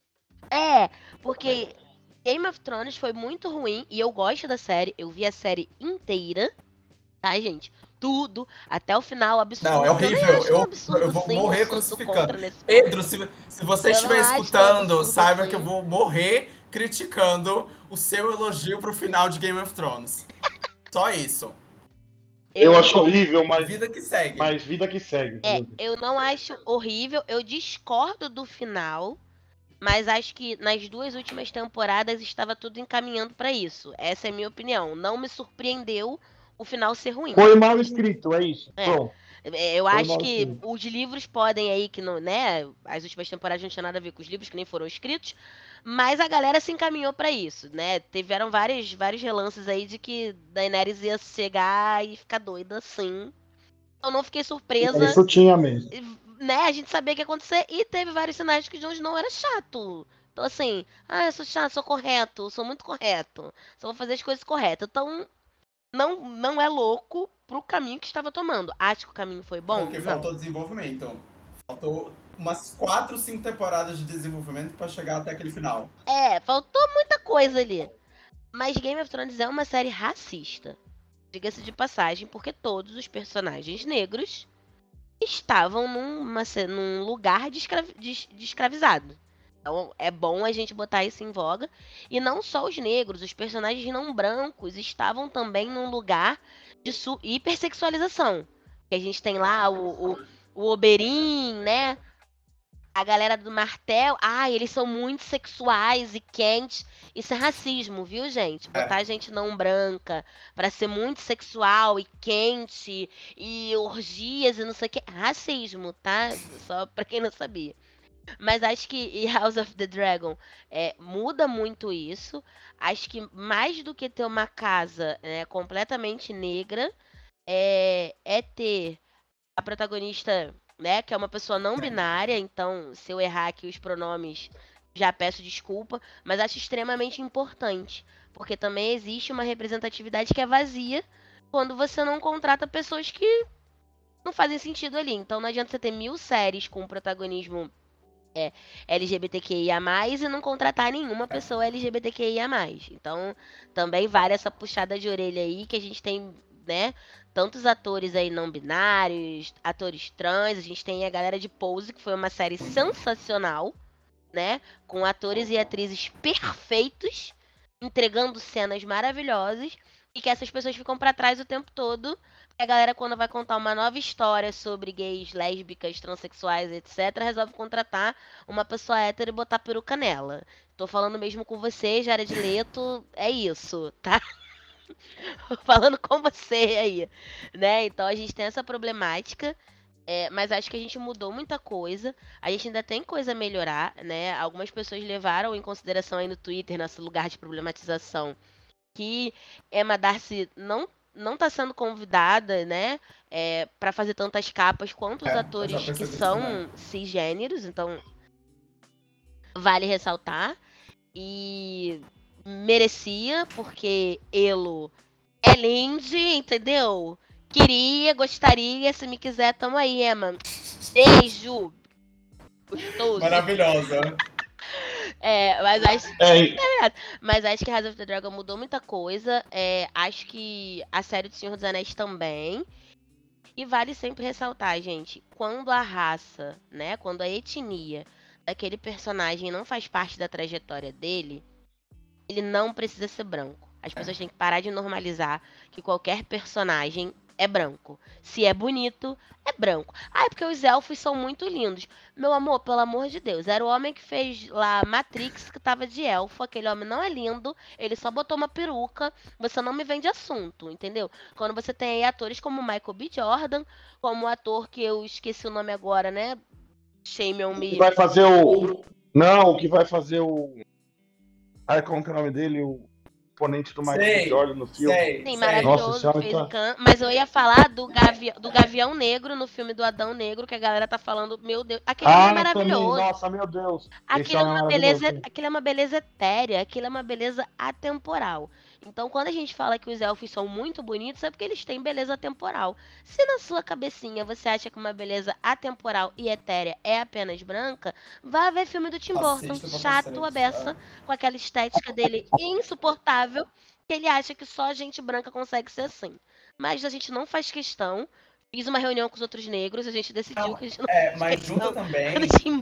Porque Game of Thrones foi muito ruim e eu gosto da série. Eu vi a série inteira. Tá, gente? Tudo, até o final, absurdo. Não, é horrível. Eu vou morrer crucificando. Pedro, se você estiver escutando, saiba assim que eu vou morrer criticando o seu elogio pro final de Game of Thrones. Só isso. Eu acho horrível, mas vida que segue. Mas vida que segue. Eu não acho horrível, eu discordo do final, mas acho que nas 2 últimas temporadas estava tudo encaminhando para isso. Essa é a minha opinião. Não me surpreendeu o final ser ruim. Foi mal escrito, é isso. Bom, eu acho que os livros podem aí, que não, né? As últimas temporadas não tinha nada a ver com os livros que nem foram escritos, mas a galera se encaminhou pra isso, né? Tiveram vários relances aí de que Daenerys ia chegar e ficar doida assim. Eu não fiquei surpresa. Isso tinha mesmo. Né? A gente sabia o que ia acontecer e teve vários sinais de que Jon Snow era chato. Então assim, eu sou chato, sou correto, sou muito correto. Só vou fazer as coisas corretas. Então não é louco pro caminho que estava tomando. Acho que o caminho foi bom? Porque faltou desenvolvimento. Faltou umas 4, 5 temporadas de desenvolvimento pra chegar até aquele final. Faltou muita coisa ali. Mas Game of Thrones é uma série racista. Diga-se de passagem, porque todos os personagens negros estavam num lugar de escravizado. Então é bom a gente botar isso em voga. E não só os negros, os personagens não brancos estavam também num lugar de hipersexualização. Que a gente tem lá o Oberyn, né? A galera do Martel, eles são muito sexuais e quentes. Isso é racismo, viu, gente? Botar gente não branca pra ser muito sexual e quente e orgias e não sei o que. Racismo, tá? Só pra quem não sabia. Mas acho que House of the Dragon muda muito isso. Acho que mais do que ter uma casa completamente negra, é ter a protagonista, né, que é uma pessoa não binária, então se eu errar aqui os pronomes, já peço desculpa, mas acho extremamente importante, porque também existe uma representatividade que é vazia quando você não contrata pessoas que não fazem sentido ali. Então não adianta você ter 1000 séries com protagonismo LGBTQIA+, e não contratar nenhuma pessoa LGBTQIA+. Então, também vale essa puxada de orelha aí, que a gente tem, né, tantos atores aí não binários, atores trans, a gente tem a galera de Pose, que foi uma série sensacional, né, com atores e atrizes perfeitos, entregando cenas maravilhosas, e que essas pessoas ficam pra trás o tempo todo. A galera, quando vai contar uma nova história sobre gays, lésbicas, transexuais, etc., resolve contratar uma pessoa hétero e botar peruca nela. Tô falando mesmo com você, Jared Leto, é isso, tá? Falando com você aí, né? Então a gente tem essa problemática, mas acho que a gente mudou muita coisa. A gente ainda tem coisa a melhorar, né? Algumas pessoas levaram em consideração aí no Twitter, nosso lugar de problematização, que Emma Darcy não tá sendo convidada, né, para fazer tantas capas quanto os atores que são cisgêneros, então vale ressaltar. E merecia, porque Elo é lindo, entendeu? Queria, gostaria, se me quiser, tamo aí, Emma. Beijo! Gostoso. Maravilhosa. Mas acho que House of the Dragon mudou muita coisa. Acho que a série do Senhor dos Anéis também. E vale sempre ressaltar, gente, quando a raça, né, quando a etnia daquele personagem não faz parte da trajetória dele, ele não precisa ser branco. As pessoas têm que parar de normalizar que qualquer personagem é branco. Se é bonito, é branco. É porque os elfos são muito lindos. Meu amor, pelo amor de Deus, era o homem que fez lá Matrix que tava de elfo. Aquele homem não é lindo, ele só botou uma peruca. Você não me vende assunto, entendeu? Quando você tem aí atores como Michael B. Jordan, como o ator que eu esqueci o nome agora, né? Shame on me. Que vai fazer o... Não, o que vai fazer o... como que é o nome dele? O oponente do Michael B. Jordan no filme. Sim, maravilhoso. Mas eu ia falar do Gavião Negro no filme do Adão Negro, que a galera tá falando, meu Deus, aquele é maravilhoso. Também. Nossa, meu Deus. Aquilo é uma beleza etérea, aquilo é uma beleza atemporal. Então, quando a gente fala que os elfos são muito bonitos, é porque eles têm beleza atemporal. Se na sua cabecinha você acha que uma beleza atemporal e etérea é apenas branca, vá ver filme do Tim Burton, chato a beça, com aquela estética dele insuportável, que ele acha que só gente branca consegue ser assim. Mas a gente não faz questão. Fiz uma reunião com os outros negros, a gente decidiu que a gente não faz mas questão junta também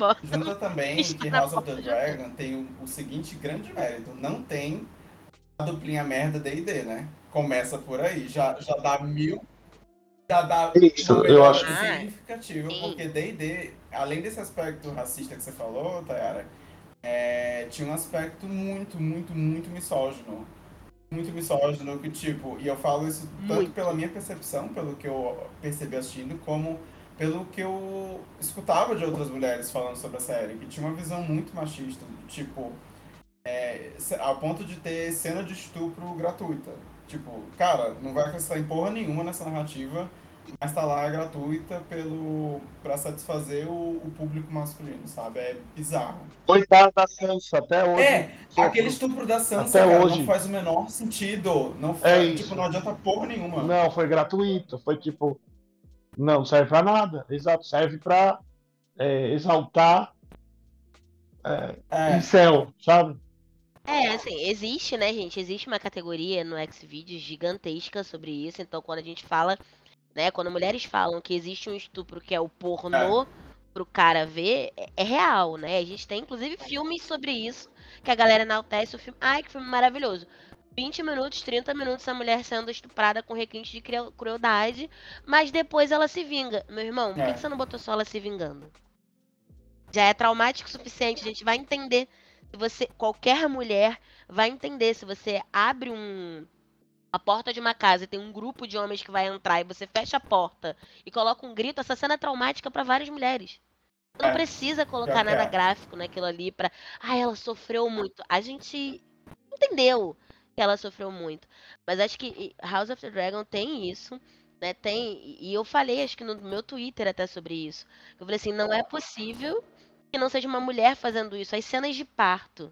que House of the Dragon tem o seguinte grande mérito. Não tem a duplinha merda D&D, né? Começa por aí. Já dá isso, eu acho significativo, porque D&D, além desse aspecto racista que você falou, Tayara, tinha um aspecto muito, muito, muito misógino. Muito misógino, que tipo, e eu falo isso tanto pela minha percepção, pelo que eu percebi assistindo, como pelo que eu escutava de outras mulheres falando sobre a série, que tinha uma visão muito machista, tipo, ao ponto de ter cena de estupro gratuita. Tipo, cara, não vai acrescentar em porra nenhuma nessa narrativa, mas tá lá gratuita pra satisfazer o público masculino, sabe? É bizarro. Coitada da Sansa, até hoje. Aquele estupro da Sansa, até cara, hoje. não faz o menor sentido. Não não adianta porra nenhuma. Não, foi gratuito. Foi tipo... Não serve pra nada. Exato, serve pra exaltar incel, sabe? Assim, existe, né, gente? Existe uma categoria no Xvideos gigantesca sobre isso. Então, quando a gente fala, né, quando mulheres falam que existe um estupro que é o pornô pro cara ver, é real, né? A gente tem, inclusive, filmes sobre isso, que a galera enaltece o filme. Ai, que filme maravilhoso. 20 minutos, 30 minutos a mulher sendo estuprada com requinte de crueldade, mas depois ela se vinga. Meu irmão, por que você não botou só ela se vingando? Já é traumático o suficiente, a gente vai entender. Se você, qualquer mulher vai entender se você abre a porta de uma casa e tem um grupo de homens que vai entrar e você fecha a porta e coloca um grito, essa cena é traumática para várias mulheres. Você não precisa colocar nada gráfico naquilo ali pra. Ela sofreu muito. A gente entendeu que ela sofreu muito. Mas acho que House of the Dragon tem isso, né? Tem. E eu falei, acho que no meu Twitter até sobre isso. Eu falei assim, não é possível que não seja uma mulher fazendo isso. As cenas de parto.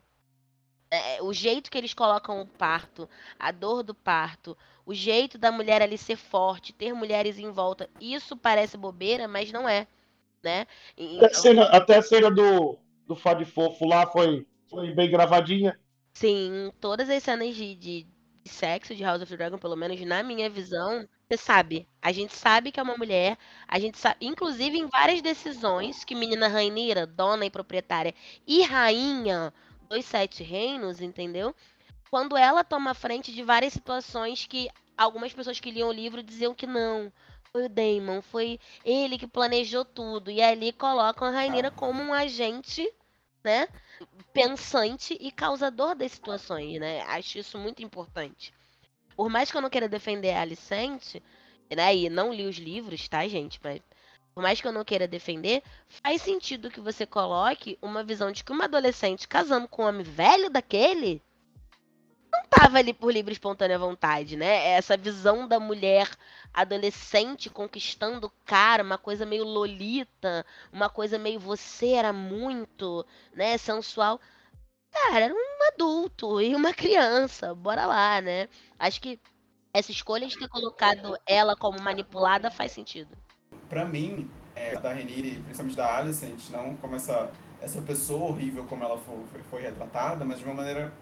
O jeito que eles colocam o parto, a dor do parto, o jeito da mulher ali ser forte, ter mulheres em volta, isso parece bobeira, mas não é, né? Até a cena do Fado Fofo lá foi bem gravadinha. Sim, todas as cenas de sexo de House of the Dragon, pelo menos na minha visão, você sabe. A gente sabe que é uma mulher, a gente sabe, inclusive em várias decisões que menina Rhaenyra, dona e proprietária, e rainha dos Sete Reinos, entendeu? Quando ela toma frente de várias situações que algumas pessoas que liam o livro diziam que não. Foi o Daemon, foi ele que planejou tudo. E ali colocam a Rhaenyra como um agente, né? Pensante e causador das situações, né? Acho isso muito importante. Por mais que eu não queira defender a Alicente, né? E não li os livros, tá, gente? Mas por mais que eu não queira defender, faz sentido que você coloque uma visão de que uma adolescente casando com um homem velho daquele não tava ali por livre e espontânea vontade, né? Essa visão da mulher adolescente conquistando o cara, uma coisa meio lolita, uma coisa meio você era muito, né, sensual. Cara, era um adulto e uma criança, bora lá, né? Acho que essa escolha de ter colocado ela como manipulada faz sentido. Pra mim, da Rhaenyra, principalmente da Alicent, não como essa pessoa horrível como ela foi retratada, mas de uma maneira...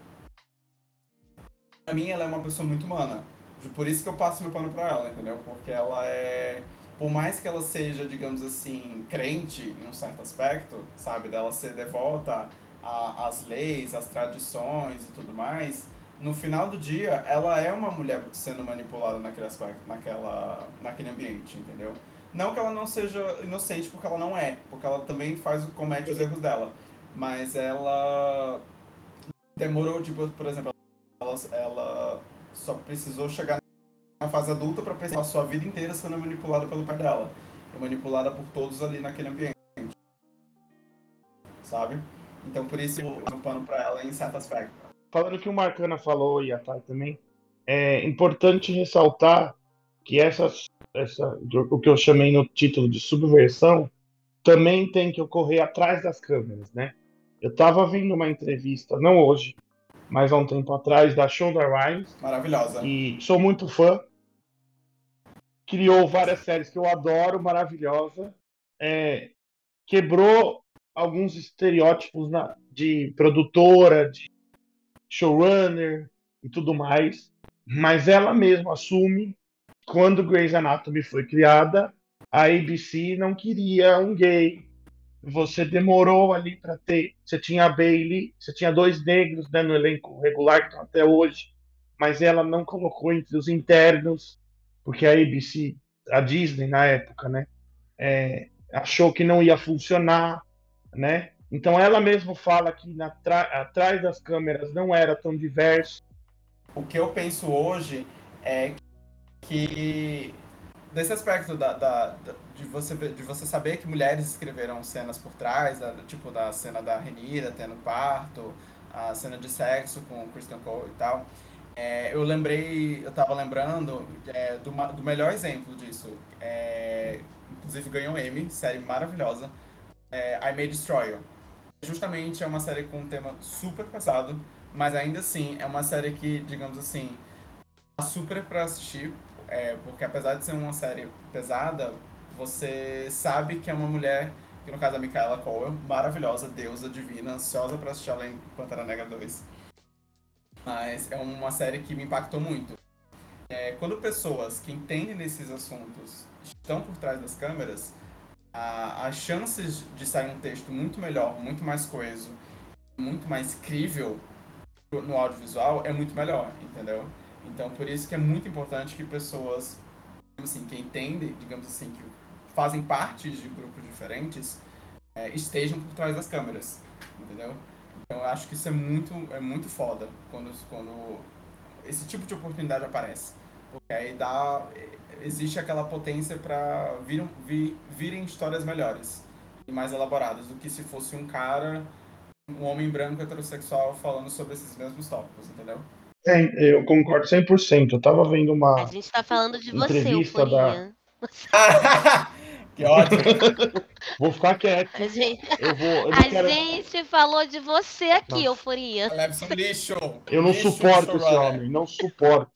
Pra mim, ela é uma pessoa muito humana. Por isso que eu passo meu pano pra ela, entendeu? Porque ela é... Por mais que ela seja, digamos assim, crente em um certo aspecto, sabe? Dela ser devota às leis, às tradições e tudo mais, no final do dia, ela é uma mulher sendo manipulada naquele aspecto, naquele ambiente, entendeu? Não que ela não seja inocente, porque ela não é, porque ela também comete os erros dela. Mas ela demorou, tipo, por exemplo, ela só precisou chegar na fase adulta para pensar a sua vida inteira sendo manipulada pelo pai dela. E manipulada por todos ali naquele ambiente. Sabe? Então, por isso, eu dou pano para ela em certo aspecto. Falando que o Marcana falou e a Thay também, é importante ressaltar que o que eu chamei no título de subversão também tem que ocorrer atrás das câmeras, né? Eu estava vendo uma entrevista, não hoje, mas há um tempo atrás, da Shonda Rhimes. Maravilhosa. E sou muito fã. Criou várias séries que eu adoro, maravilhosa. Quebrou alguns estereótipos de produtora, de showrunner e tudo mais. Mas ela mesma assume, quando Grey's Anatomy foi criada, a ABC não queria um gay. Você demorou ali para ter. Você tinha a Bailey, você tinha 2 negros, né, no elenco regular, que estão até hoje, mas ela não colocou entre os internos, porque a ABC, a Disney na época, né, achou que não ia funcionar, né? Então ela mesma fala que atrás das câmeras não era tão diverso. O que eu penso hoje é que desse aspecto de você saber que mulheres escreveram cenas por trás, tipo da cena da Rhaenyra tendo parto, a cena de sexo com Kristen Cole e tal, eu tava lembrando do melhor exemplo disso, inclusive ganhou um Emmy, série maravilhosa, I May Destroy You. Justamente é uma série com um tema super pesado, mas ainda assim é uma série que, digamos assim, tá super pra assistir, porque apesar de ser uma série pesada, você sabe que é uma mulher, que no caso é a Micaela Coel, maravilhosa, deusa divina, ansiosa pra assistir ela em Pantera Negra 2. Mas é uma série que me impactou muito. Quando pessoas que entendem desses assuntos estão por trás das câmeras, as chances de sair um texto muito melhor, muito mais coeso, muito mais crível, no audiovisual é muito melhor, entendeu? Então, por isso que é muito importante que pessoas, assim, que entendem, digamos assim, que fazem parte de grupos diferentes, estejam por trás das câmeras, entendeu? Então, eu acho que isso é muito foda quando esse tipo de oportunidade aparece. Porque aí existe aquela potência para virem histórias melhores e mais elaboradas do que se fosse um homem branco heterossexual falando sobre esses mesmos tópicos, entendeu? Eu concordo 100%. Eu tava vendo A uma gente tá falando de você, entrevista da. Euforia. Que ódio! Vou ficar quieto. A gente, Eu não a quero. gente falou de você aqui, Nossa, Euforia. Levson lixo! eu não Lixo, suporto esse showrunner. homem. Não suporto.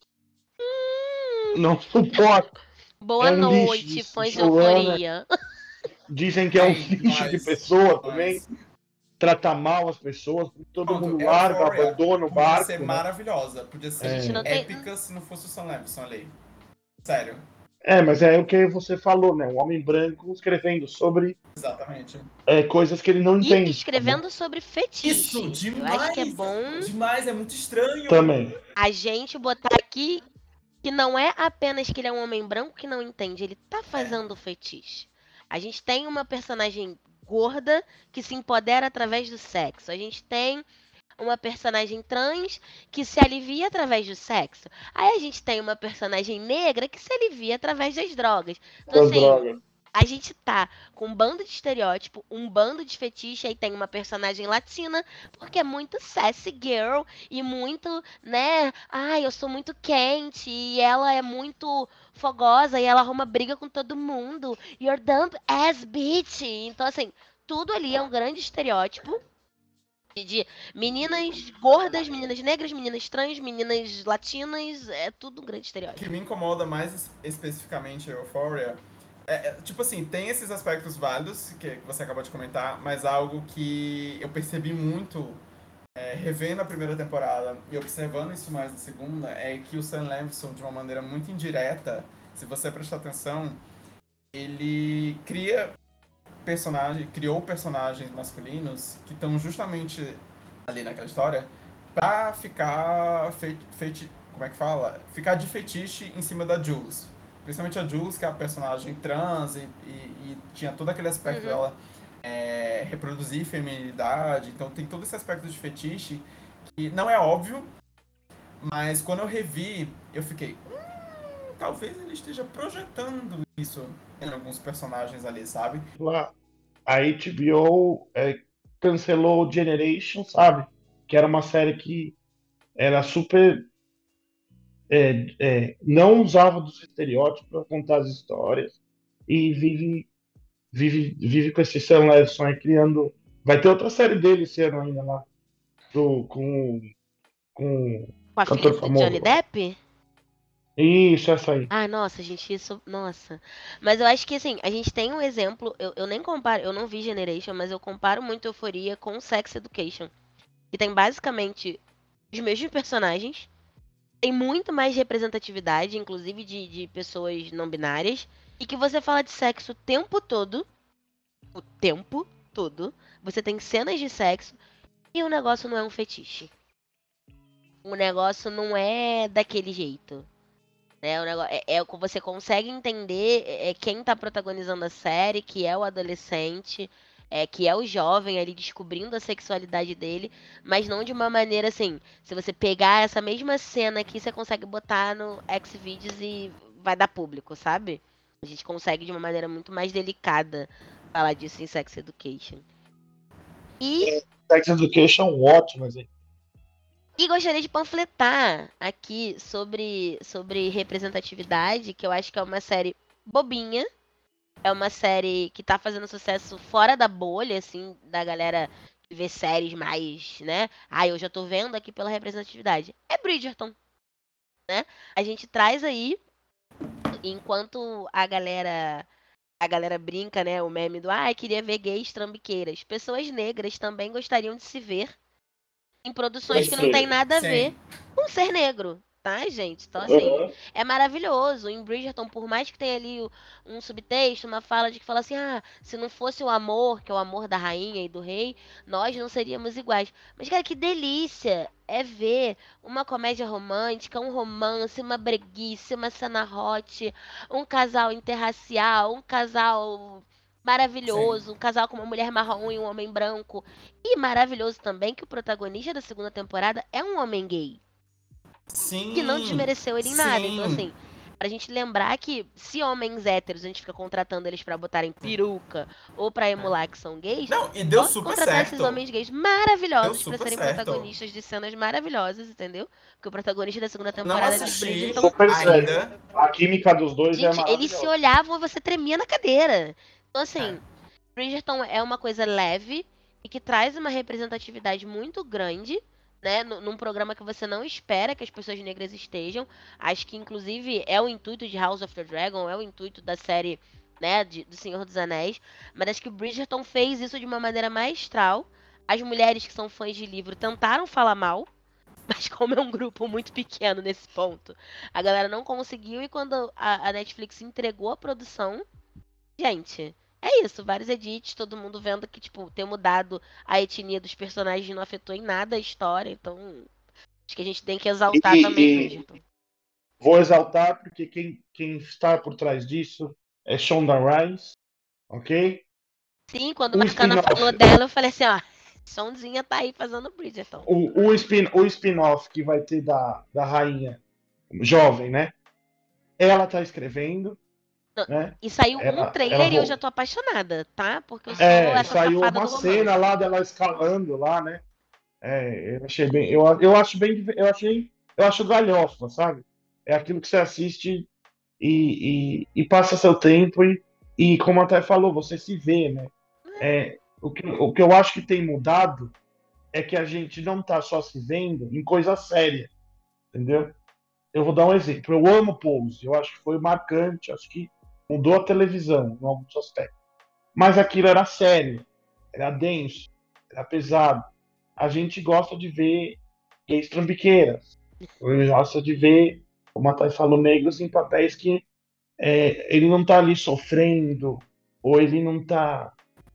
Não suporto. Boa É um lixo noite, de fãs de showrunner. Euforia. Dizem que é um lixo de pessoa também. Demais. Trata mal as pessoas. Todo Pronto, mundo larga, Euphoria abandona o podia ser barco, né? maravilhosa, podia A ser gente não tem. épica se não fosse o Sam Levinson ali. Sério, Mas é o que você falou, né? Um homem branco escrevendo sobre exatamente. coisas que ele não E entende. escrevendo sobre fetiche. Isso, Eu acho que é bom demais, é muito estranho. Também. a gente botar aqui que não é apenas que ele é um homem branco que não entende, ele tá fazendo fetiche. A gente tem uma personagem gorda que se empodera através do sexo. A gente tem uma personagem trans que se alivia através do sexo. Aí a gente tem uma personagem negra que se alivia através das drogas. Então, Das assim, drogas. a gente tá com um bando de estereótipo, um bando de fetiche, aí tem uma personagem latina, porque é muito sassy girl e muito, né? Ai, eu sou muito quente e ela é muito fogosa e ela arruma briga com todo mundo. You're dumb ass bitch. Então, assim, tudo ali é um grande estereótipo de meninas gordas, meninas negras, meninas trans, meninas latinas, é tudo um grande O estereótipo. que me incomoda mais especificamente em Euphoria tipo assim, tem esses aspectos válidos que você acabou de comentar, mas algo que eu percebi muito revendo a primeira temporada e observando isso mais na segunda, é que o Sam Levinson, de uma maneira muito indireta, se você prestar atenção, ele criou personagens masculinos que estão justamente ali naquela história pra ficar como é que fala? Ficar de fetiche em cima da Jules. Principalmente a Jules, que é a personagem trans e tinha todo aquele aspecto dela reproduzir feminilidade. Então tem todo esse aspecto de fetiche que não é óbvio, mas quando eu revi, eu fiquei... talvez ele esteja projetando isso em alguns personagens ali, sabe? A HBO cancelou Generation, sabe? Que era uma série que era super... não usava dos estereótipos para contar as histórias. E vive com esse Sam Levinson aí criando... Vai ter outra série dele esse ano ainda lá. Com Com a filha cantor do famoso. Johnny Depp? Isso, essa aí. Ah, nossa, gente, isso. Nossa. Mas eu acho que, assim, a gente tem um exemplo. Eu nem comparo. Eu não vi Generation, mas eu comparo muito Euforia com Sex Education. Que tem basicamente os mesmos personagens. Tem muito mais representatividade, inclusive de pessoas não binárias. E que você fala de sexo o tempo todo. O tempo todo. Você tem cenas de sexo. E o negócio não é um fetiche. O negócio não é daquele jeito. Né? O negócio, você consegue entender quem tá protagonizando a série, que é o adolescente, que é o jovem ali descobrindo a sexualidade dele, mas não de uma maneira assim. Se você pegar essa mesma cena aqui, você consegue botar no Xvideos e vai dar público, sabe? A gente consegue de uma maneira muito mais delicada falar disso em Sex Education. E Sex Education, ótimo, assim. E gostaria de panfletar aqui sobre representatividade, que eu acho que é uma série bobinha. É uma série que tá fazendo sucesso fora da bolha, assim, da galera que vê séries mais, né? Eu já tô vendo aqui pela representatividade. É Bridgerton, né? A gente traz aí, enquanto a galera brinca, né? O meme do, queria ver gays trambiqueiras. Pessoas negras também gostariam de se ver em produções que não tem nada a ver com ser negro. tá, gente? Então, assim, Uhum. é maravilhoso. Em Bridgerton, por mais que tenha ali um subtexto, uma fala de que fala assim, se não fosse o amor, que é o amor da rainha e do rei, nós não seríamos iguais. Mas, cara, que delícia é ver uma comédia romântica, um romance, uma breguice, uma cena hot, um casal interracial, um casal Sim. maravilhoso, um casal com uma mulher marrom e um homem branco. E maravilhoso também que o protagonista da segunda temporada é um homem gay, que não Sim, desmereceu ele em nada. Então, sim. assim, pra gente lembrar que se homens héteros a gente fica contratando eles pra botarem peruca ou pra emular que são gays, Não, e deu posso super contratar esses certo. homens gays Deu maravilhosos pra super serem certo. protagonistas de cenas maravilhosas, entendeu? Porque o protagonista da segunda Não temporada de assisti Bridgerton, Super sério. ainda. A química dos dois é gente, eles se maravilhosa. olhavam e você tremia na cadeira. Então, É. assim, Bridgerton é uma coisa leve e que traz uma representatividade muito grande, né? Num programa que você não espera que as pessoas negras estejam. Acho que, inclusive, é o intuito de House of the Dragon, é o intuito da série, né, do Senhor dos Anéis. Mas acho que Bridgerton fez isso de uma maneira maestral. As mulheres que são fãs de livro tentaram falar mal, mas como é um grupo muito pequeno nesse ponto, a galera não conseguiu. E quando a Netflix entregou a produção, gente, é isso, vários edits, todo mundo vendo que, tipo, ter mudado a etnia dos personagens não afetou em nada a história, então acho que a gente tem que E, exaltar também e Bridgerton. vou exaltar porque quem está por trás disso é Shonda Rhimes, ok? Sim, quando o O Bacana spin-off, falou dela, eu falei assim, ó, Sonzinha tá aí fazendo Bridgerton. o spin-off que vai ter da rainha jovem, né? Ela tá escrevendo, Não, né? e saiu um Ela trailer e eu já tô apaixonada, tá? Porque eu sou essa saiu safada uma do cena romance. lá dela escalando lá, né? Eu achei bem, eu acho bem, eu acho galhofa, sabe? É aquilo que você assiste e passa seu tempo e como até falou, você se vê, né? O que eu acho que tem mudado é que a gente não tá só se vendo em coisa séria, entendeu? Eu vou dar um exemplo. Eu amo Pose, eu acho que foi marcante, acho que mudou a televisão em alguns aspectos. Mas aquilo era sério, era denso, era pesado. A gente gosta de ver gays trambiqueiras. Eu gosto de ver, como a Thay falou, negros em papéis que ele não tá ali sofrendo, ou ele não tá.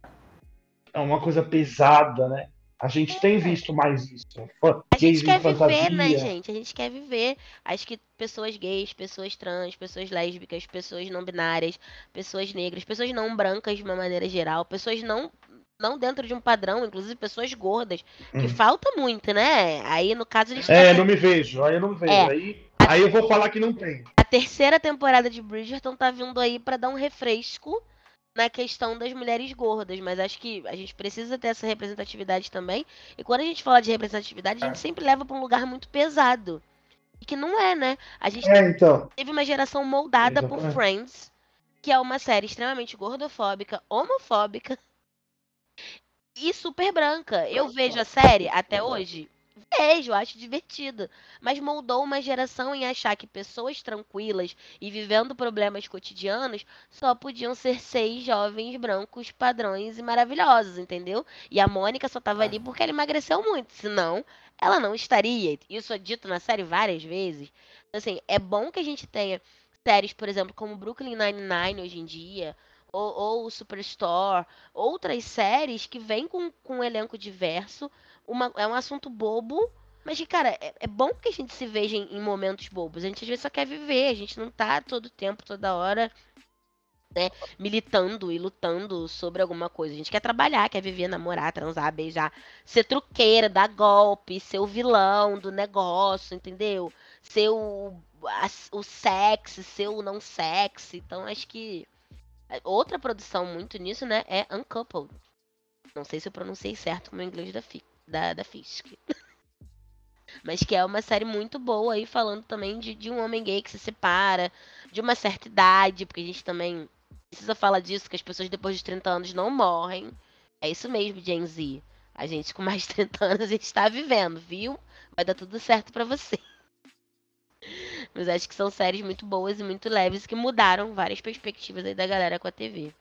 É uma coisa pesada, né? A gente tem visto mais isso. A gente Gays em quer viver, né, fantasia. gente? A gente quer viver. Acho que pessoas gays, pessoas trans, pessoas lésbicas, pessoas não binárias, pessoas negras, pessoas não brancas de uma maneira geral, pessoas não dentro de um padrão, inclusive pessoas gordas, que Hum. falta muito, né? Aí, no caso, a gente tá Não vendo. me vejo, aí eu não vejo. É, Aí eu vou falar que não tem. a terceira temporada de Bridgerton tá vindo aí pra dar um refresco na questão das mulheres gordas, mas acho que a gente precisa ter essa representatividade também. E quando a gente fala de representatividade, a gente sempre leva pra um lugar muito pesado. E que não é, né? A gente Então. teve uma geração moldada por Exatamente. Friends, que é uma série extremamente gordofóbica, homofóbica e super branca. Eu vejo a série até hoje. Vejo, acho divertido. Mas moldou uma geração em achar que pessoas tranquilas e vivendo problemas cotidianos só podiam ser 6 jovens brancos padrões e maravilhosos, entendeu? E a Mônica só tava ali porque ela emagreceu muito. Senão, ela não estaria. Isso é dito na série várias vezes. Então, assim, é bom que a gente tenha séries, por exemplo, como Brooklyn Nine-Nine hoje em dia, ou Superstore, outras séries que vêm com um elenco diverso. É um assunto bobo, mas que, cara, é bom que a gente se veja em momentos bobos. A gente às vezes só quer viver, a gente não tá todo tempo, toda hora, né, militando e lutando sobre alguma coisa. A gente quer trabalhar, quer viver, namorar, transar, beijar, ser truqueira, dar golpe, ser o vilão do negócio, entendeu? Ser o sexy, ser o não sexy. Então, acho que outra produção muito nisso, né, é Uncoupled. Não sei se eu pronunciei certo com o meu inglês da Fisk. Mas que é uma série muito boa aí, falando também de um homem gay que se separa, de uma certa idade, porque a gente também precisa falar disso, que as pessoas depois de 30 anos não morrem. É isso mesmo, Gen Z. A gente com mais de 30 anos, a gente está vivendo, viu? Vai dar tudo certo pra você. Mas acho que são séries muito boas e muito leves que mudaram várias perspectivas aí da galera com a TV.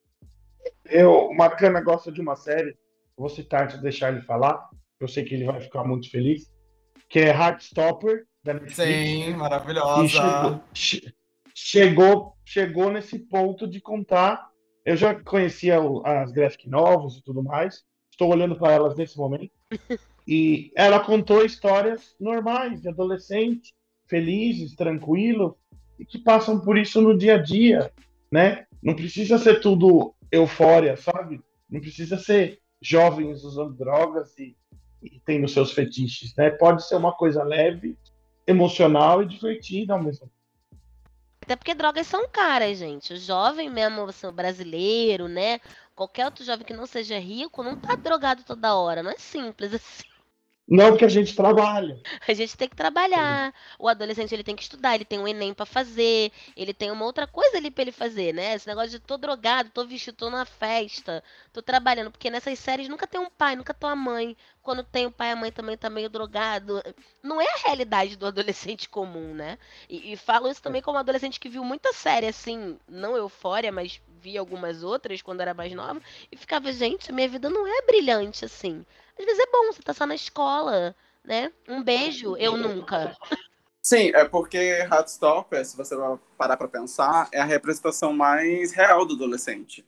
O Marcana gosta de uma série, vou citar antes de deixar ele falar, eu sei que ele vai ficar muito feliz, que é Heartstopper, da Netflix, Sim, né? Que maravilhosa. chegou nesse ponto de contar. Eu já conhecia as graphic novels e tudo mais. Estou olhando para elas nesse momento. E ela contou histórias normais de adolescentes, felizes, tranquilos, e que passam por isso no dia a dia, né? Não precisa ser tudo eufória, sabe? Não precisa ser jovens usando drogas e tendo seus fetiches, né? Pode ser uma coisa leve, emocional e divertida ao mesmo tempo. Até porque drogas são caras, gente. O jovem mesmo, assim, o brasileiro, né? Qualquer outro jovem que não seja rico não tá drogado toda hora. Não é simples assim. Não que a gente trabalha. A gente tem que trabalhar. O adolescente ele tem que estudar, ele tem um Enem pra fazer, ele tem uma outra coisa ali pra ele fazer, né? Esse negócio de tô drogado, tô vestido, tô na festa, tô trabalhando, porque nessas séries nunca tem um pai, nunca tem uma mãe. Quando tem o pai, a mãe também tá meio drogado. Não é a realidade do adolescente comum, né? E falo isso também como adolescente que viu muita série assim, não Eufória, mas vi algumas outras quando era mais nova e ficava, gente, minha vida não é brilhante assim. Às vezes é bom, você tá só na escola, né? Um beijo, eu nunca. Sim, é porque Heartstopper, se você vai parar pra pensar, é a representação mais real do adolescente.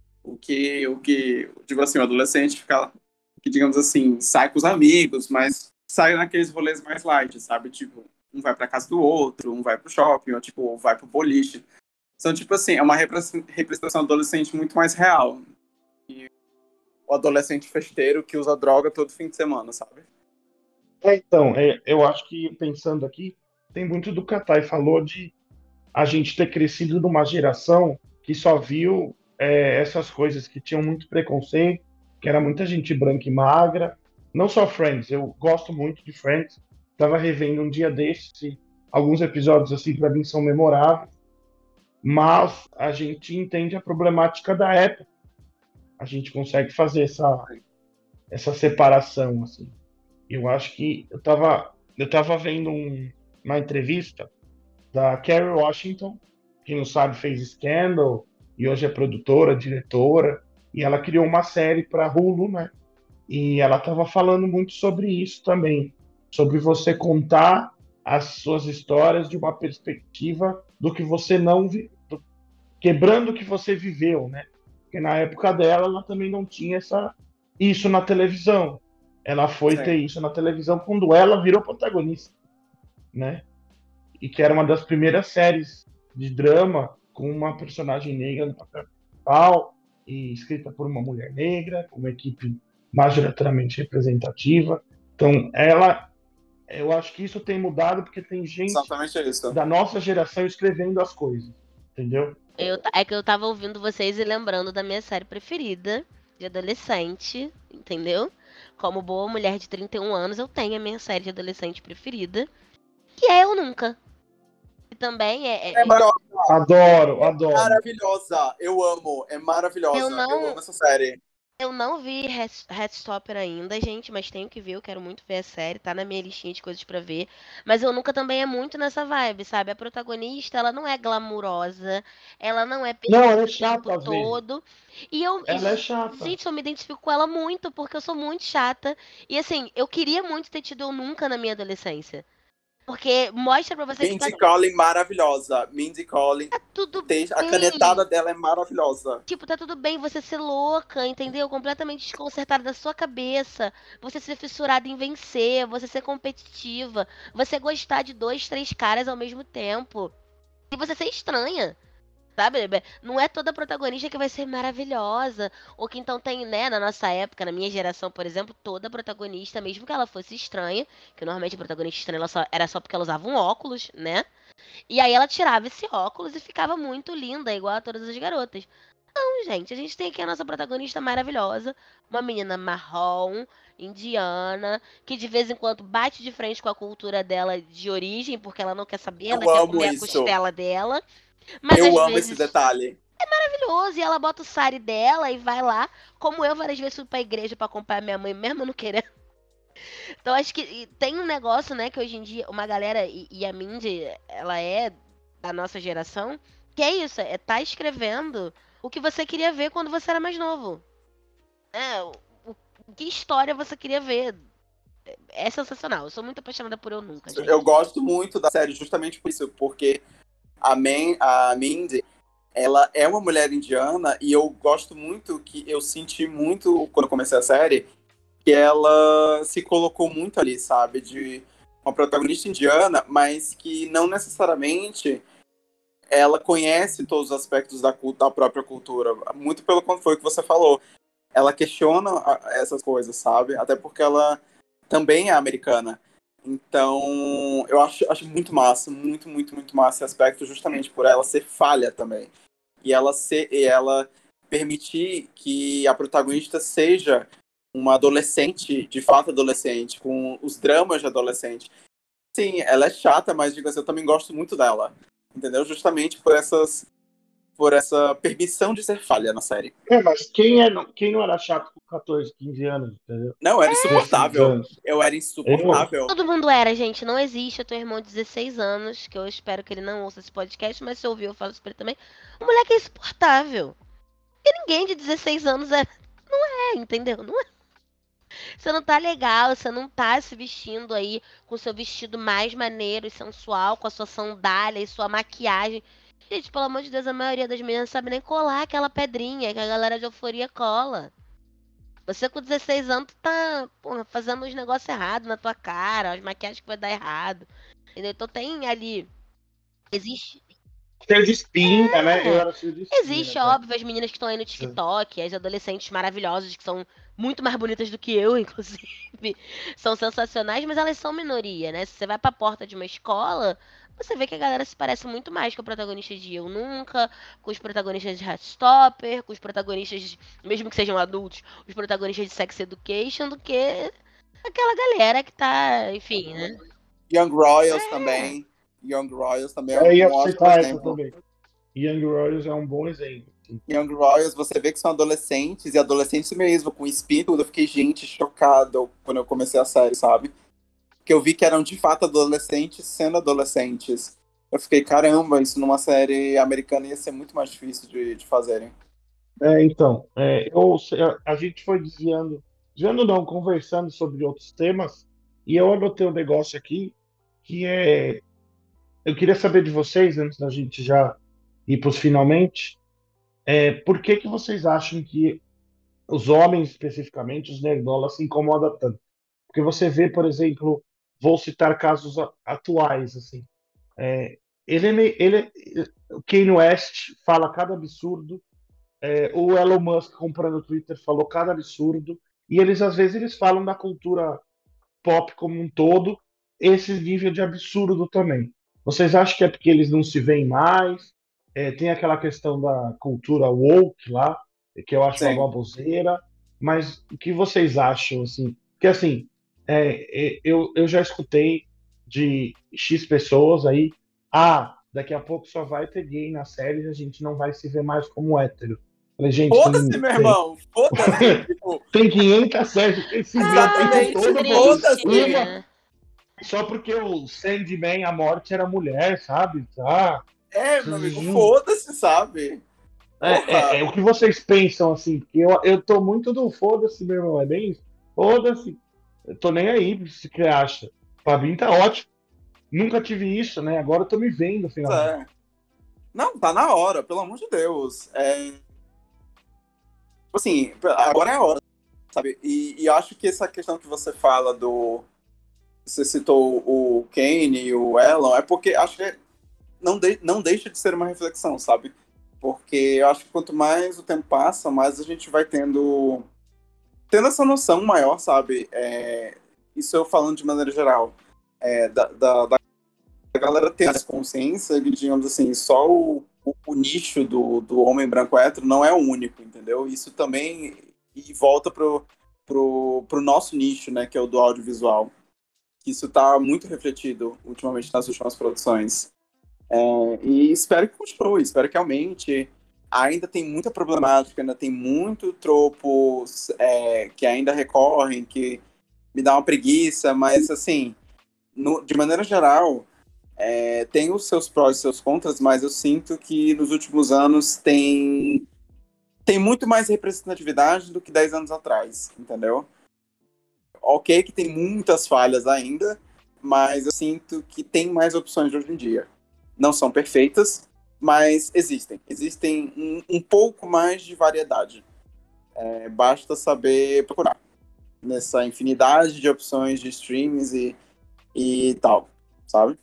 Tipo assim, o adolescente fica, que digamos assim, sai com os amigos, mas sai naqueles rolês mais light, sabe? Tipo, um vai pra casa do outro, um vai pro shopping, ou tipo, vai pro boliche. Então, tipo assim, é uma representação adolescente muito mais real. E o adolescente festeiro que usa droga todo fim de semana, sabe? Então, eu acho que pensando aqui, tem muito do que a Thay falou de a gente ter crescido numa geração que só viu essas coisas que tinham muito preconceito, que era muita gente branca e magra. Não só Friends, eu gosto muito de Friends. Estava revendo um dia desses e alguns episódios assim para mim são memoráveis, mas a gente entende a problemática da época. A gente consegue fazer essa separação assim. Eu acho que eu tava vendo uma entrevista da Kerry Washington, que não sabe fez Scandal e hoje é produtora, diretora, e ela criou uma série para Hulu, né? E ela estava falando muito sobre isso também, sobre você contar as suas histórias de uma perspectiva do que você não quebrando o que você viveu, né? Porque na época dela ela também não tinha isso na televisão. Ela foi ter Sim. isso na televisão quando ela virou protagonista, né? E que era uma das primeiras séries de drama com uma personagem negra no papel principal e escrita por uma mulher negra, com uma equipe majoritariamente representativa. Então, eu acho que isso tem mudado porque tem gente Exatamente isso. da nossa geração escrevendo as coisas, entendeu? É que eu tava ouvindo vocês e lembrando da minha série preferida de adolescente, entendeu? Como boa mulher de 31 anos, eu tenho a minha série de adolescente preferida, que é Eu Nunca. E também É Adoro. maravilhosa. Eu amo. É eu maravilhosa. Eu não amo essa série. eu não vi Heartstopper ainda, gente, mas tenho que ver, eu quero muito ver a série, tá na minha listinha de coisas pra ver. Mas Eu Nunca também é muito nessa vibe, sabe? A protagonista, ela não é glamurosa, ela não é Não, ela é perfeita o tempo chata às vezes. todo. E eu, Ela é chata. gente, eu me identifico com ela muito, porque eu sou muito chata. E assim, eu queria muito ter tido Eu Nunca na minha adolescência. Porque mostra pra você que Mindy Kaling maravilhosa. Mindy Kaling. tá tudo A bem. canetada dela é maravilhosa. Tipo, tá tudo bem você ser louca, entendeu? Completamente desconcertada da sua cabeça. Você ser fissurada em vencer, você ser competitiva, você gostar de dois, três caras ao mesmo tempo. E você ser estranha. Sabe? Não é toda protagonista que vai ser maravilhosa. Ou que então tem, né, na nossa época, na minha geração, por exemplo, toda protagonista, mesmo que ela fosse estranha, que normalmente a protagonista estranha era só porque ela usava um óculos, né? E aí ela tirava esse óculos e ficava muito linda, igual a todas as garotas. Não, gente, a gente tem aqui a nossa protagonista maravilhosa, uma menina marrom, indiana, que de vez em quando bate de frente com a cultura dela de origem, porque ela não quer saber, ela Eu quer amo comer a isso. costela dela. Mas às Eu amo esse vezes detalhe. maravilhoso, e ela bota o sari dela e vai lá, como eu várias vezes fui pra igreja pra acompanhar minha mãe, mesmo não querendo. Então acho que tem um negócio, né, que hoje em dia uma galera, e a Mindy, ela é da nossa geração, que é isso, é tá escrevendo o que você queria ver quando você era mais novo. É, que história você queria ver, É sensacional. Eu sou muito apaixonada por Eu Nunca, gente. Eu gosto muito da série justamente por isso, porque a Mindy, ela é uma mulher indiana e eu gosto muito, que eu senti muito quando eu comecei a série, que ela se colocou muito ali, sabe? De uma protagonista indiana, mas que não necessariamente ela conhece todos os aspectos da própria cultura. Muito pelo quanto foi o que você falou. Ela questiona essas coisas, sabe? Até porque ela também é americana. Então, eu acho muito massa, muito, muito, muito massa esse aspecto, justamente por ela ser falha também. E ela permitir que a protagonista seja uma adolescente, de fato adolescente, com os dramas de adolescente. Sim, ela é chata, mas digo assim, eu também gosto muito dela. Entendeu? Justamente por essa permissão de ser falha na série. Mas quem não era chato com 14, 15 anos, entendeu? Não, era 16 insuportável. anos. Eu era insuportável. Todo mundo era, gente. Não existe. Eu tenho um irmão de 16 anos, que eu espero que ele não ouça esse podcast, mas se ouvir, eu falo isso pra ele também. O moleque é insuportável. E ninguém de 16 anos entendeu? Não é. Você não tá legal, você não tá se vestindo aí com seu vestido mais maneiro e sensual, com a sua sandália e sua maquiagem. Gente, pelo amor de Deus, a maioria das meninas não sabe nem colar aquela pedrinha que a galera de euforia cola. Você com 16 anos tá, porra, fazendo uns negócios errados na tua cara, as maquiagens que vai dar errado. Entendeu? Então tem ali. Existe. Cheio de espinha, né? Eu É, era cheio de espinha, existe, cara. óbvio, as meninas que estão aí no TikTok, as adolescentes maravilhosas, que são muito mais bonitas do que eu, inclusive, são sensacionais, mas elas são minoria, né? Se você vai pra porta de uma escola, você vê que a galera se parece muito mais com a protagonista de Eu Nunca, com os protagonistas de Heartstopper, com os protagonistas, mesmo que sejam adultos, os protagonistas de Sex Education, do que aquela galera que tá, enfim, né? Young Royals também. Young Royals também é Eu ia um ótimo citar essa exemplo. também. Young Royals é um bom exemplo. Young Royals, você vê que são adolescentes, e adolescentes mesmo, com espírito. Eu fiquei, gente, chocado quando eu comecei a série, sabe? Que eu vi que eram de fato adolescentes sendo adolescentes. Eu fiquei, caramba, isso numa série americana ia ser muito mais difícil de fazerem. Então, a gente foi desviando não, conversando sobre outros temas, e eu anotei um negócio aqui, que eu queria saber de vocês, antes da gente já ir para os finalmente, por que vocês acham que os homens, especificamente, os nerdolas, se incomodam tanto? Porque você vê, por exemplo, vou citar casos atuais, assim, o Kanye West fala cada absurdo, o Elon Musk comprando o Twitter falou cada absurdo, e às vezes eles falam da cultura pop como um todo, esse nível de absurdo também. Vocês acham que é porque eles não se veem mais? Tem aquela questão da cultura woke lá, que eu acho uma Sim. baboseira, mas o que vocês acham, assim? Porque, assim, eu já escutei de X pessoas aí, daqui a pouco só vai ter gay na série e a gente não vai se ver mais como hétero. Falei, gente, Foda-se, meu irmão! Foda-se! Tipo, tem 500 séries que se vê Exatamente, todo foda-se. Triste. só porque o Sandman, a morte, era mulher, sabe? meu amigo, foda-se, sabe? Porra. O que vocês pensam, assim? Porque eu tô muito do foda-se, meu irmão. É bem isso. Foda-se. Eu tô nem aí se que acha. Pra mim tá ótimo. Nunca tive isso, né? Agora eu tô me vendo, finalmente. Não, tá na hora, pelo amor de Deus. Assim, agora é a hora, sabe? E acho que essa questão que você fala do... Você citou o Kane e o Elon, é porque acho que não deixa de ser uma reflexão, sabe? Porque eu acho que quanto mais o tempo passa, mais a gente vai tendo essa noção maior, sabe? Isso eu falando de maneira geral. Da galera ter essa consciência de, digamos assim, só o nicho do homem branco hétero não é o único, entendeu? Isso também e volta pro nosso nicho, né, que é o do audiovisual. Isso está muito refletido ultimamente nas últimas produções. E espero que continue, espero que aumente. Ainda tem muita problemática, ainda tem muito tropos que ainda recorrem, que me dá uma preguiça, mas, assim, de maneira geral, tem os seus prós e seus contras, mas eu sinto que nos últimos anos tem muito mais representatividade do que 10 anos atrás, entendeu? ok que tem muitas falhas ainda, mas eu sinto que tem mais opções hoje em dia. Não são perfeitas, mas existem. Existem um pouco mais de variedade. Basta saber procurar nessa infinidade de opções de streams e tal, sabe?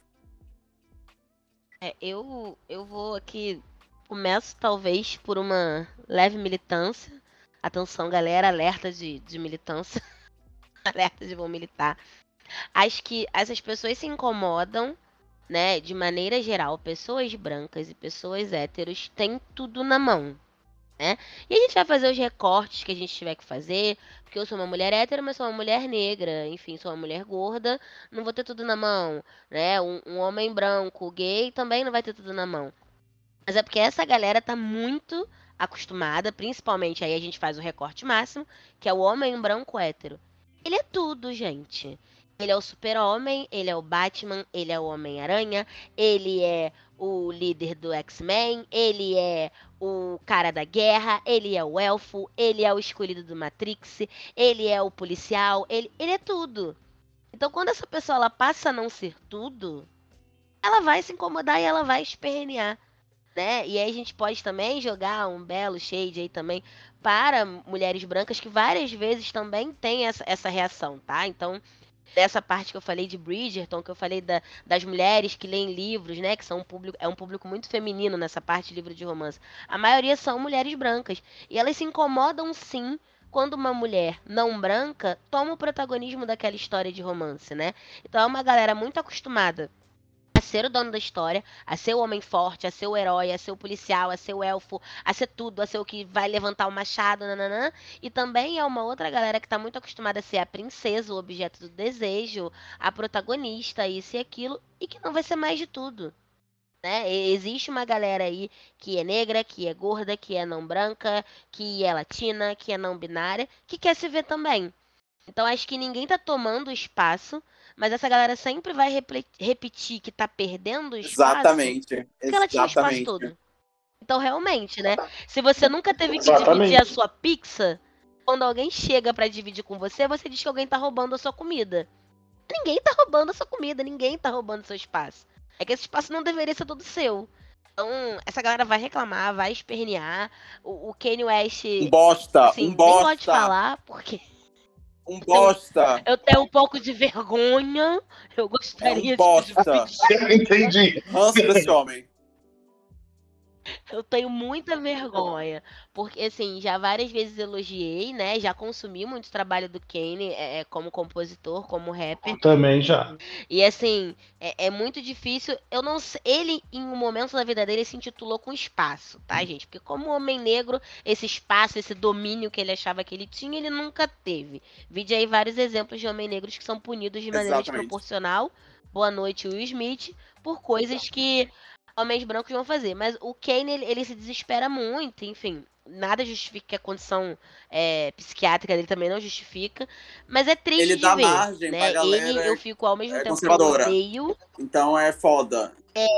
Eu vou aqui, começo talvez por uma leve militância. Atenção, galera, alerta de militância. Alerta de vou militar. Acho que essas pessoas se incomodam, né, de maneira geral, pessoas brancas e pessoas héteros têm tudo na mão, né? E a gente vai fazer os recortes que a gente tiver que fazer, porque eu sou uma mulher hétero, mas sou uma mulher negra, enfim, sou uma mulher gorda, não vou ter tudo na mão, né? Um homem branco, gay, também não vai ter tudo na mão. Mas é porque essa galera tá muito acostumada, principalmente aí a gente faz o recorte máximo, que é o homem branco hétero. Ele é tudo, gente. Ele é o super-homem, ele é o Batman, ele é o Homem-Aranha, ele é o líder do X-Men, ele é o cara da guerra, ele é o elfo, ele é o escolhido do Matrix, ele é o policial, ele é tudo. Então, quando essa pessoa ela passa a não ser tudo, ela vai se incomodar e ela vai espernear, né? E aí a gente pode também jogar um belo shade aí também para mulheres brancas que várias vezes também têm essa reação, tá? Então, dessa parte que eu falei de Bridgerton, que eu falei das mulheres que leem livros, né? Que são um público muito feminino nessa parte de livro de romance. A maioria são mulheres brancas. E elas se incomodam sim quando uma mulher não branca toma o protagonismo daquela história de romance, né? Então é uma galera muito acostumada a ser o dono da história, a ser o homem forte, a ser o herói, a ser o policial, a ser o elfo, a ser tudo, a ser o que vai levantar o machado, nananã. E também é uma outra galera que tá muito acostumada a ser a princesa, o objeto do desejo, a protagonista, isso e aquilo, e que não vai ser mais de tudo, né? Existe uma galera aí que é negra, que é gorda, que é não branca, que é latina, que é não binária, que quer se ver também. Então acho que ninguém tá tomando espaço, mas essa galera sempre vai repetir que tá perdendo espaço, Exatamente, porque ela tinha o espaço exatamente. todo. Então realmente, né? Se você nunca teve que Exatamente. dividir a sua pizza, quando alguém chega pra dividir com você, você diz que alguém tá roubando a sua comida. Ninguém tá roubando a sua comida, ninguém tá roubando o seu espaço. É que esse espaço não deveria ser todo seu. Então, essa galera vai reclamar, vai espernear. O Kanye West, Um bosta, assim, um nem gosto de bosta, falar, porque um bosta, eu tenho um pouco de vergonha. Eu é um gostaria de bosta. pedir. Eu entendi. Ranço desse homem. Eu tenho muita vergonha. Porque, assim, já várias vezes elogiei, né? Já consumi muito trabalho do Kanye como compositor, como rapper. Também já. E, assim, é muito difícil. Eu não sei. Ele, em um momento da vida dele, se intitulou com espaço, tá, gente? Porque, como homem negro, esse espaço, esse domínio que ele achava que ele tinha, ele nunca teve. Vide aí vários exemplos de homens negros que são punidos de maneira Exatamente. desproporcional. Boa noite, Will Smith, por coisas que homens brancos vão fazer. Mas o Kane, ele se desespera muito, enfim. Nada justifica que a condição psiquiátrica dele também não justifica. Mas é triste Ele de dá ver, margem pra né? Ele, galera eu fico ao mesmo tempo que eu conservadora. odeio. Então é foda.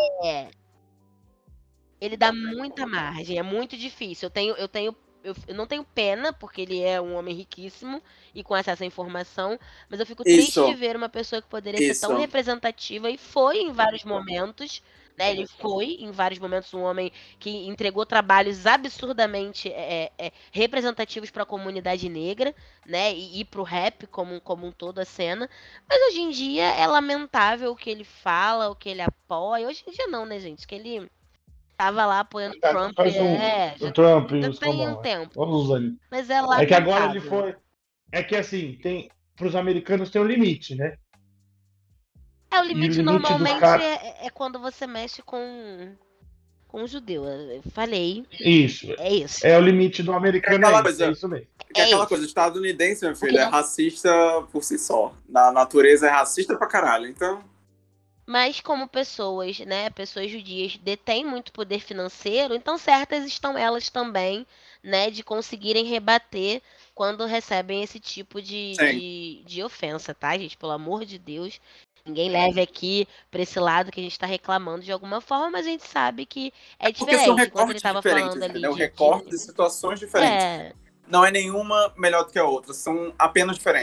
Ele dá muita margem, é muito difícil. Eu não tenho pena, porque ele é um homem riquíssimo e com acesso à informação, mas eu fico triste Isso. de ver uma pessoa que poderia ser tão Isso. representativa e foi em vários momentos, né? Ele foi em vários momentos um homem que entregou trabalhos absurdamente representativos para a comunidade negra, né? E para o rap como um todo a cena. Mas hoje em dia é lamentável o que ele fala, o que ele apoia. Hoje em dia não, né, gente? Que ele tava lá apoiando o Trump, Faz já o Trump e já os tem um Kamala. tempo. Todos os anos. Mas é É que agora ele lamentável. foi. É que assim, para os americanos tem um limite, né? O E o limite limite dos normalmente caras. é quando você mexe com um judeu. Eu falei, Isso. é isso. É o limite do americano, Aquela é isso, coisa. é isso mesmo. Que é aquela isso. coisa, estadunidense, meu Porque filho, é não- racista por si só. Na natureza é racista pra caralho. Então, Mas como pessoas, né, pessoas judias detêm muito poder financeiro, então certas estão elas também, né, de conseguirem rebater quando recebem esse tipo de ofensa, tá, gente? Pelo amor de Deus. Ninguém leve aqui pra esse lado que a gente tá reclamando de alguma forma, mas a gente sabe que é porque são diferente. Enquanto ele recortes tava diferentes, falando ali entendeu? Recortes de situações diferentes. É, Não é nenhuma melhor do que a outra, são apenas diferentes.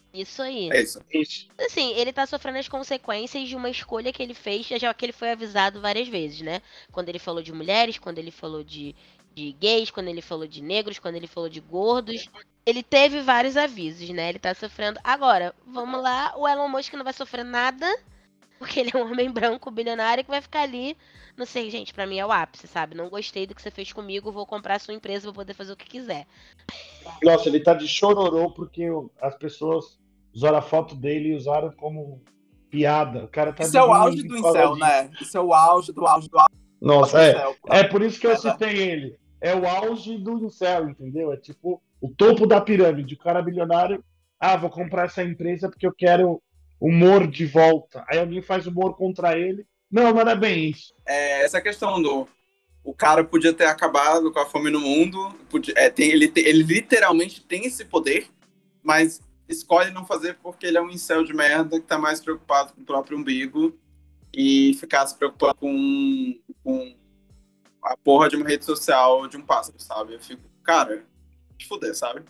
Isso aí. É isso. Isso. Assim, ele tá sofrendo as consequências de uma escolha que ele fez, já que ele foi avisado várias vezes, né? Quando ele falou de mulheres, quando ele falou de gays, quando ele falou de negros, quando ele falou de gordos. Ele teve vários avisos, né? Ele tá sofrendo. Agora, vamos lá, o Elon Musk não vai sofrer nada, porque ele é um homem branco bilionário que vai ficar ali. Não sei, gente, pra mim é o ápice, sabe? Não gostei do que você fez comigo, vou comprar a sua empresa, vou poder fazer o que quiser. Nossa, ele tá de chororô porque as pessoas usaram a foto dele e usaram como piada. O cara tá Isso de é o bullying auge do por causa incel, disso. né? Isso é o auge do auge do auge Nossa, do incel. é por isso que eu É, citei ele. É o auge do incel, entendeu? É tipo o topo da pirâmide. O cara bilionário, vou comprar essa empresa porque eu quero humor de volta. Aí alguém faz humor contra ele. Não era bem isso. essa questão do... O cara podia ter acabado com a fome no mundo. Ele literalmente tem esse poder, mas escolhe não fazer porque ele é um incel de merda que tá mais preocupado com o próprio umbigo e ficar se preocupando com a porra de uma rede social de um pássaro, sabe? Eu fico, cara, te fuder, sabe?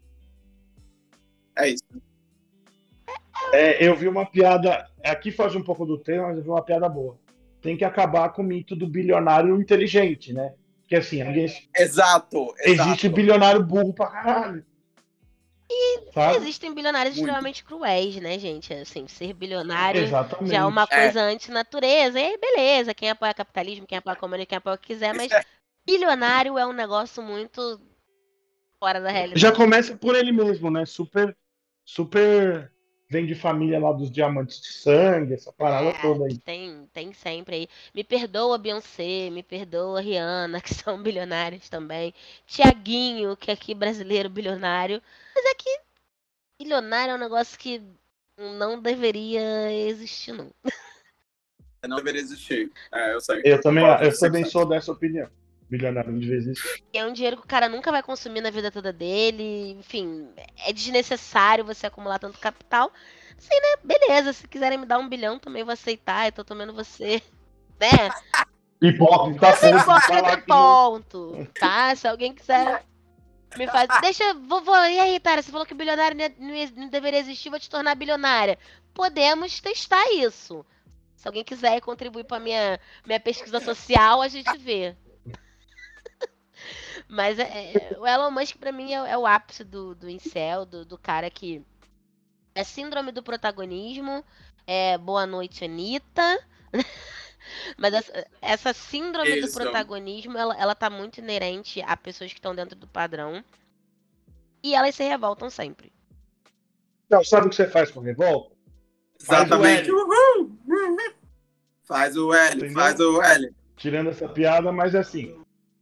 É isso. Eu vi uma piada. Aqui foge um pouco do tema, mas eu vi uma piada boa. Tem que acabar com o mito do bilionário inteligente, né? Porque assim, Exato. existe bilionário burro pra caralho. Sabe? Existem bilionários Muito. extremamente cruéis, né, gente? Assim, ser bilionário Exatamente. já é uma coisa anti-natureza. E aí, beleza, quem apoia capitalismo, quem apoia comunismo, quem apoia o que quiser, mas bilionário é um negócio muito fora da realidade. Já começa por ele mesmo, né? Super vem de família lá dos diamantes de sangue, essa parada toda aí. Tem sempre aí. Me perdoa, Beyoncé, me perdoa, Rihanna, que são bilionários também. Tiaguinho, que é aqui brasileiro bilionário. Mas é que bilionário é um negócio que não deveria existir, não. Não deveria existir. Eu sei. Eu também 100%. sou dessa opinião. Bilionário de vez existir. É um dinheiro que o cara nunca vai consumir na vida toda dele. Enfim, é desnecessário você acumular tanto capital. Assim, né? Beleza, se quiserem me dar 1 bilhão, também vou aceitar. Eu tô tomando você, né? Hipócrita, Hipócrita, ponto. Tá? Se alguém quiser me fazer. Deixa. Vovô, e aí, Tara? Você falou que bilionário não deveria existir, vou te tornar bilionária. Podemos testar isso. Se alguém quiser contribuir pra minha pesquisa social, a gente vê. Mas o Elon Musk, pra mim, é o ápice do incel, do cara que é síndrome do protagonismo, boa noite, Anitta. Mas essa síndrome do Isso. protagonismo, ela tá muito inerente a pessoas que estão dentro do padrão. E elas se revoltam sempre. Não, sabe o que você faz com revolta? Exatamente. Uhul. Faz o L, Entendeu? faz o L. Tirando essa piada, mas assim.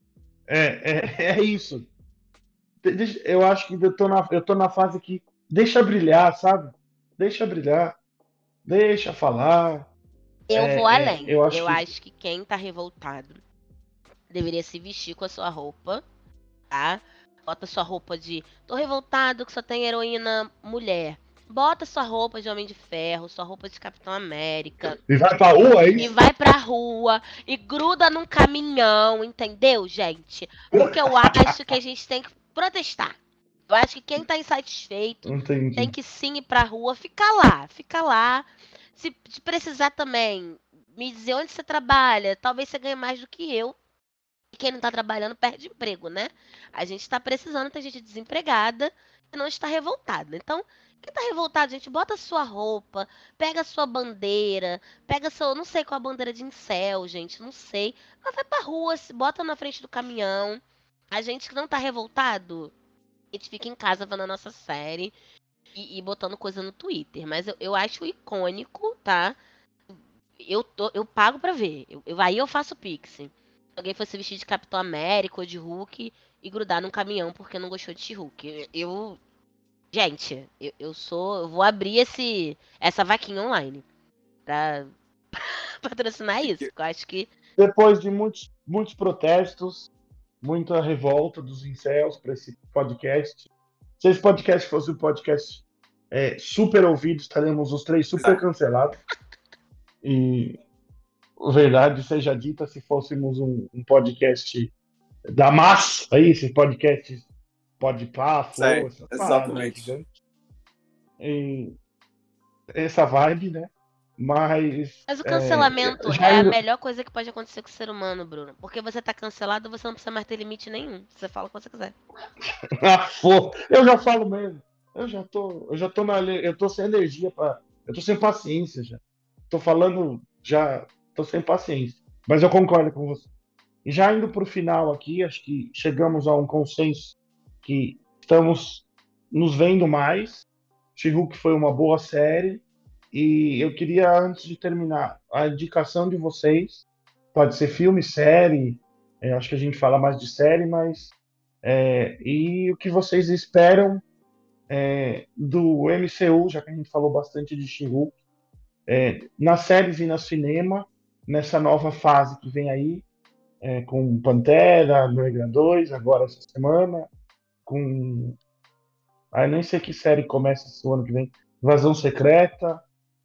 É isso. Eu acho que eu tô na fase que deixa brilhar, sabe? Deixa brilhar. Deixa falar. Eu vou além. eu Eu acho acho que quem tá revoltado deveria se vestir com a sua roupa, tá? Bota sua roupa de tô revoltado que só tem heroína mulher. Bota sua roupa de Homem de Ferro, sua roupa de Capitão América. E vai pra rua, é E isso? vai pra rua e gruda num caminhão, entendeu, gente? Porque eu acho que a gente tem que protestar. Eu acho que quem tá insatisfeito Entendi. tem que sim ir pra rua, fica lá. Se precisar também me dizer onde você trabalha, talvez você ganhe mais do que eu. E quem não tá trabalhando perde emprego, né? A gente tá precisando, tem gente desempregada e não está revoltada. Então, quem tá revoltado, gente, bota a sua roupa, pega a sua bandeira, pega seu, não sei qual a bandeira de incel, gente, não sei. Mas vai pra rua, se bota na frente do caminhão. A gente que não tá revoltado, a gente fica em casa vendo a nossa série e botando coisa no Twitter. Mas eu acho icônico, tá? Eu pago pra ver. Aí eu faço Pix. Se alguém fosse vestir de Capitão América ou de Hulk e grudar num caminhão porque não gostou de She-Hulk. Gente, eu vou abrir essa vaquinha online pra patrocinar isso. Eu acho que Depois de muitos protestos, muita revolta dos incels para esse podcast. Se esse podcast fosse um podcast super ouvido, estaremos os 3 super cancelados. E verdade seja dita, se fôssemos um podcast da massa, aí esse podcast pode pá, flow, essa parada, Exatamente. né? e essa vibe, né? Mas Mas o cancelamento já é a indo. melhor coisa que pode acontecer com o ser humano, Bruno. Porque você tá cancelado, você não precisa mais ter limite nenhum. Você fala o que você quiser. Eu já falo mesmo. Eu tô sem energia para, eu tô sem paciência já. Tô falando já, tô sem paciência. Mas eu concordo com você. E já indo para o final aqui, acho que chegamos a um consenso que estamos nos vendo mais. She-Hulk foi uma boa série. E eu queria, antes de terminar, a indicação de vocês. Pode ser filme, série. Acho que a gente fala mais de série, mas. E o que vocês esperam do MCU, já que a gente falou bastante de She-Hulk, nas séries e no cinema, nessa nova fase que vem aí, com Pantera, Negra 2, agora essa semana, com. Ah, eu nem sei que série começa esse ano que vem. Invasão Secreta.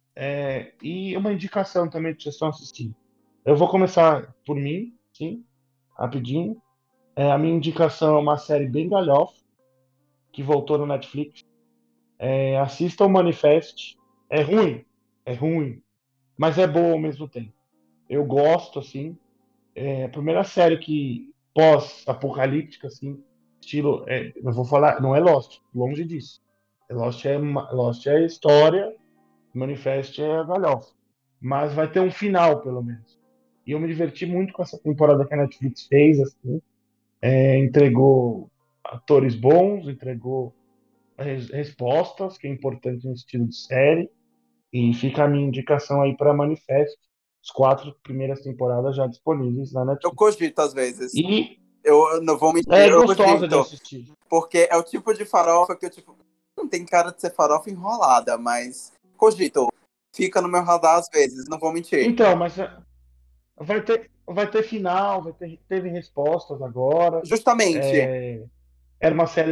E uma indicação também que vocês estão assistindo. Eu vou começar por mim, sim, rapidinho. A minha indicação é uma série bem galhofa, que voltou no Netflix. Assista o Manifest. É ruim, mas é boa ao mesmo tempo. Eu gosto, assim. É a primeira série que pós-apocalíptica, assim, estilo. Eu vou falar, não é Lost, longe disso. Lost é história, Manifest é galhofa. Mas vai ter um final, pelo menos. E eu me diverti muito com essa temporada que a Netflix fez, assim. Entregou atores bons, entregou respostas, que é importante no estilo de série. E fica a minha indicação aí para Manifest. As 4 primeiras temporadas já disponíveis na Eu Netflix. cogito às vezes. E Eu não vou mentir, é eu gostosa de cogito. assistir. Porque é o tipo de farofa que eu, tipo, não tem cara de ser farofa enrolada, mas cogito. Fica no meu radar às vezes, não vou mentir. Então, mas vai ter final, teve respostas agora. Justamente. Era uma série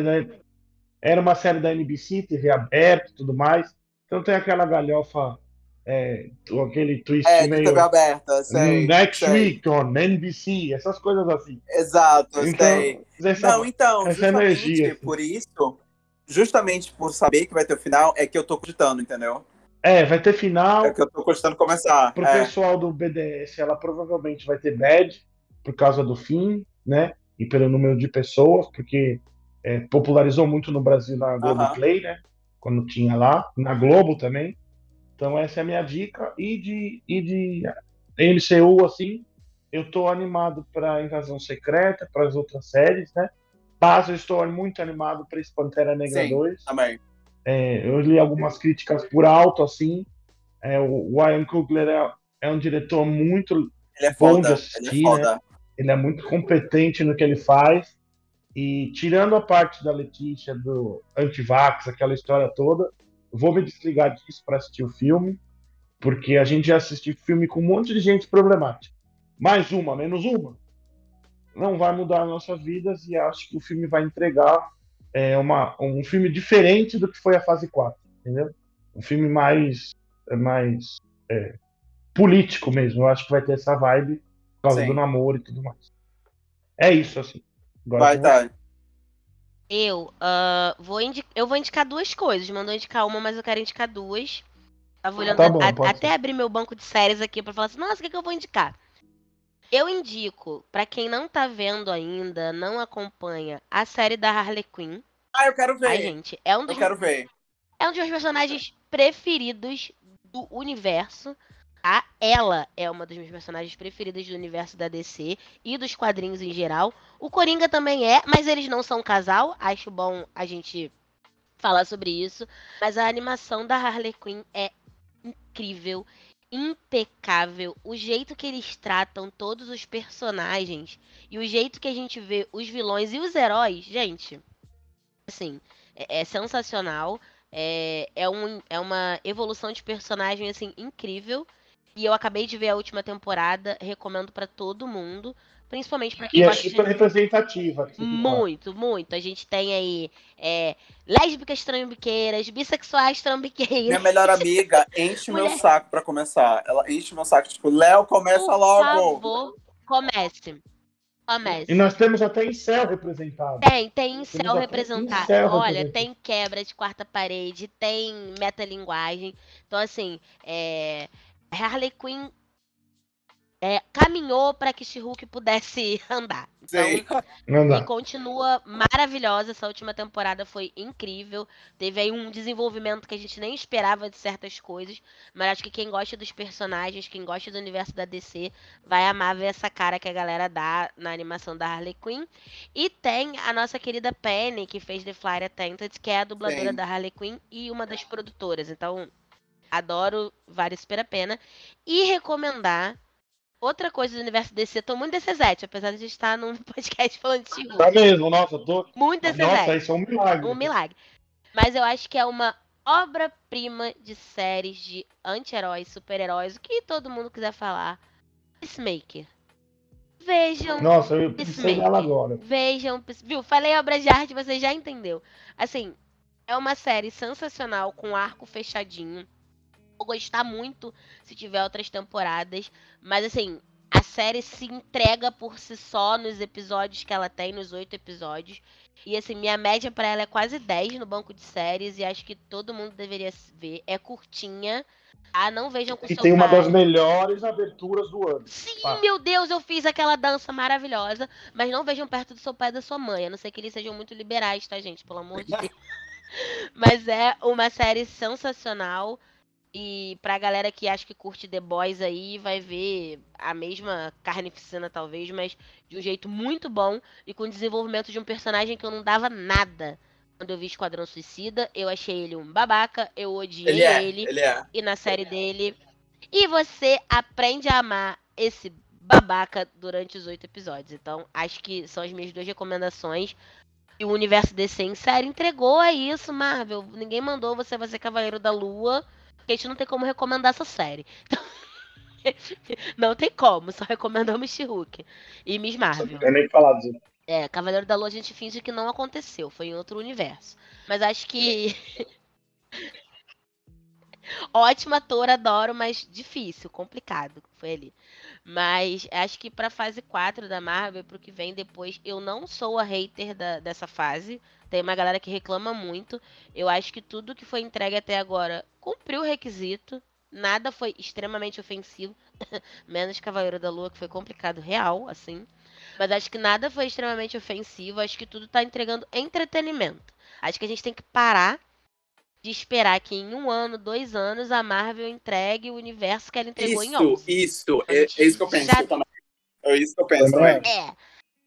da NBC, TV aberta e tudo mais. Então tem aquela galhofa, aquele twist De TV meio aberta, sei. Next sei. Week on NBC, essas coisas assim. Exato, sei. Então, Não, então, essa energia. justamente Assim. por isso, justamente por saber que vai ter o final, é que eu tô cogitando, entendeu? Vai ter final. É que eu tô cogitando começar. Pro pessoal do BDS, ela provavelmente vai ter bad por causa do fim, né? E pelo número de pessoas, porque popularizou muito no Brasil na Globoplay, né? Quando tinha lá, na Globo também. Então essa é a minha dica. E de MCU, assim, eu tô animado para Invasão Secreta, para as outras séries, né? Mas eu estou muito animado para Pantera Negra 2. Também. Eu li algumas críticas por alto, assim. O Ryan Coogler é um diretor muito bom de assistir, né? Ele é muito competente no que ele faz. E tirando a parte da Letícia, do antivax, aquela história toda, vou me desligar disso para assistir o filme, porque a gente já assistiu filme com um monte de gente problemática. Mais uma, menos uma, não vai mudar as nossas vidas, e acho que o filme vai entregar um filme diferente do que foi a fase 4, entendeu? Um filme mais político mesmo. Eu acho que vai ter essa vibe por causa do namoro e tudo mais. É isso, assim. Agora vai, tá. Eu vou indicar 2 coisas. Mandou indicar uma, mas eu quero indicar 2. Tava olhando até abrir meu banco de séries aqui pra falar assim, nossa, o que eu vou indicar? Eu indico, pra quem não tá vendo ainda, não acompanha, a série da Harley Quinn. Eu quero ver. Ai, gente, eu quero ver. É um dos meus personagens preferidos do universo. Tá? Ela é uma das minhas personagens preferidas do universo da DC e dos quadrinhos em geral. O Coringa também é, mas eles não são um casal. Acho bom a gente falar sobre isso. Mas a animação da Harley Quinn é incrível, impecável. O jeito que eles tratam todos os personagens e o jeito que a gente vê os vilões e os heróis, gente, assim, é sensacional. É uma evolução de personagem, assim, incrível. E eu acabei de ver a última temporada, recomendo pra todo mundo. Principalmente pra quem gosta de... super representativa. Muito, muito. A gente tem aí lésbicas trambiqueiras, bissexuais trambiqueiras. Minha melhor amiga enche meu saco pra começar. Ela enche meu saco, tipo, Léo, começa logo. Por favor, comece. Comédia. E nós temos até incel representado. Tem Temos incel até representado. incel Olha, representado. tem quebra de quarta parede, tem metalinguagem. Então, assim, Harley Quinn caminhou para que She-Hulk pudesse andar. Então, Sim. Não e dá. continua maravilhosa. Essa última temporada foi incrível. Teve aí um desenvolvimento que a gente nem esperava de certas coisas. Mas acho que quem gosta dos personagens, quem gosta do universo da DC, vai amar ver essa cara que a galera dá na animação da Harley Quinn. E tem a nossa querida Penny, que fez The Flight Attendant, que é a dubladora Sim. da Harley Quinn e uma das produtoras. Então, adoro, vale super a pena. E recomendar outra coisa do universo DC, tô muito DCzete, apesar de a gente estar num podcast falando de Tá She-Hulk. mesmo, nossa, tô. Muito Nossa, DCzete. isso é um milagre. Um milagre. Mas eu acho que é uma obra-prima de séries de anti-heróis, super-heróis, o que todo mundo quiser falar. Peacemaker. Vejam Nossa, eu pensei nela Peacemaker. agora. Vejam, viu? Falei obra de arte, você já entendeu. Assim, é uma série sensacional, com arco fechadinho. Vou gostar muito se tiver outras temporadas. Mas assim, a série se entrega por si só nos episódios que ela tem, nos 8 episódios. E assim, minha média pra ela é quase 10 no banco de séries. E acho que todo mundo deveria ver. É curtinha. Ah, não vejam com E seu tem uma das pai. melhores aberturas do ano. Sim, Fácil. meu Deus, eu fiz aquela dança maravilhosa. Mas não vejam perto do seu pai e da sua mãe. A não ser que eles sejam muito liberais, tá, gente? Pelo amor de Deus. Mas é uma série sensacional. E pra galera que acha que curte The Boys aí, vai ver a mesma carnificina, talvez, mas de um jeito muito bom e com o desenvolvimento de um personagem que eu não dava nada. Quando eu vi Esquadrão Suicida, eu achei ele um babaca, eu odiei ele. Ele é. E na série dele. E você aprende a amar esse babaca durante os 8 episódios. Então, acho que são as minhas 2 recomendações. E o universo DC em série entregou a isso, Marvel. Ninguém mandou você ser Cavaleiro da Lua. Porque a gente não tem como recomendar essa série. Não tem como, só recomendamos She-Hulk e Miss Marvel. Eu nem falar disso. Cavaleiro da Lua a gente finge que não aconteceu, foi em outro universo. Mas acho que ótimo ator, adoro, mas difícil, complicado, foi ali. Mas acho que pra fase 4 da Marvel, pro que vem depois, eu não sou a hater dessa fase. Tem uma galera que reclama muito. Eu acho que tudo que foi entregue até agora cumpriu o requisito. Nada foi extremamente ofensivo. Menos Cavaleiro da Lua, que foi complicado, real, assim. Mas acho que nada foi extremamente ofensivo. Acho que tudo tá entregando entretenimento. Acho que a gente tem que parar de esperar que em 1 ano, 2 anos, a Marvel entregue o universo que ela entregou em 11. Isso. A É gente isso que eu penso já- também. É isso que eu penso Também. também.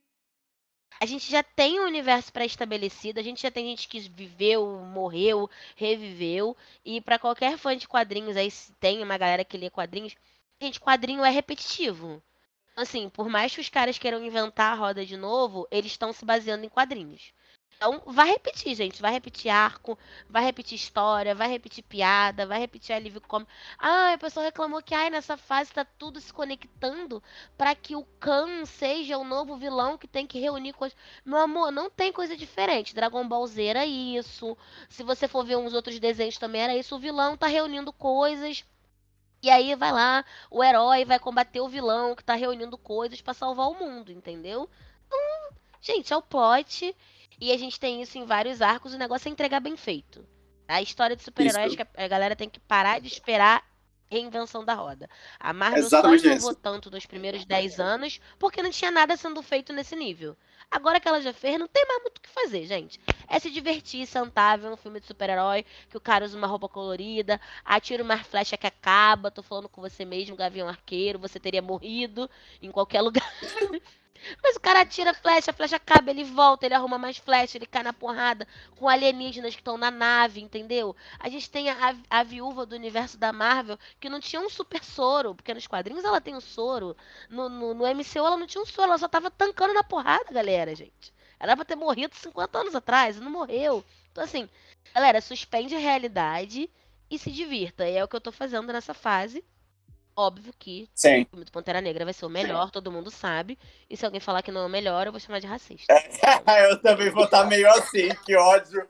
A gente já tem um universo pré-estabelecido, a gente já tem gente que viveu, morreu, reviveu. E pra qualquer fã de quadrinhos, aí se tem uma galera que lê quadrinhos, gente, quadrinho é repetitivo. Assim, por mais que os caras queiram inventar a roda de novo, eles estão se baseando em quadrinhos. Então, vai repetir, gente. Vai repetir arco, vai repetir história, vai repetir piada, vai repetir alívio cômico. Ah, o pessoal reclamou que nessa fase tá tudo se conectando pra que o Khan seja o novo vilão que tem que reunir coisas. Meu amor, não tem coisa diferente. Dragon Ball Z era isso. Se você for ver uns outros desenhos também era isso. O vilão tá reunindo coisas. E aí vai lá, o herói vai combater o vilão que tá reunindo coisas pra salvar o mundo, entendeu? Gente, é o plot. E a gente tem isso em vários arcos. O negócio é entregar bem feito. A história de super-heróis Isso. que a galera tem que parar de esperar reinvenção da roda. A Marvel Exatamente só inovou isso. tanto nos primeiros 10 anos porque não tinha nada sendo feito nesse nível. Agora que ela já fez, não tem mais muito o que fazer, gente. É se divertir, sentar, ver um filme de super-herói, que o cara usa uma roupa colorida, atira uma flecha que acaba, tô falando com você mesmo, Gavião Arqueiro, você teria morrido em qualquer lugar. Mas o cara atira a flecha acaba, ele volta, ele arruma mais flecha, ele cai na porrada com alienígenas que estão na nave, entendeu? A gente tem a viúva do universo da Marvel que não tinha um super soro, porque nos quadrinhos ela tem um soro. No MCU ela não tinha um soro, ela só tava tancando na porrada, galera, gente. Ela era pra ter morrido 50 anos atrás, e não morreu. Então, assim, galera, suspende a realidade e se divirta. E é o que eu tô fazendo nessa fase. Óbvio que Sim. o filme do Pantera Negra vai ser o melhor, todo mundo sabe. E se alguém falar que não é o melhor, eu vou chamar de racista. Eu também vou estar meio assim, que ódio.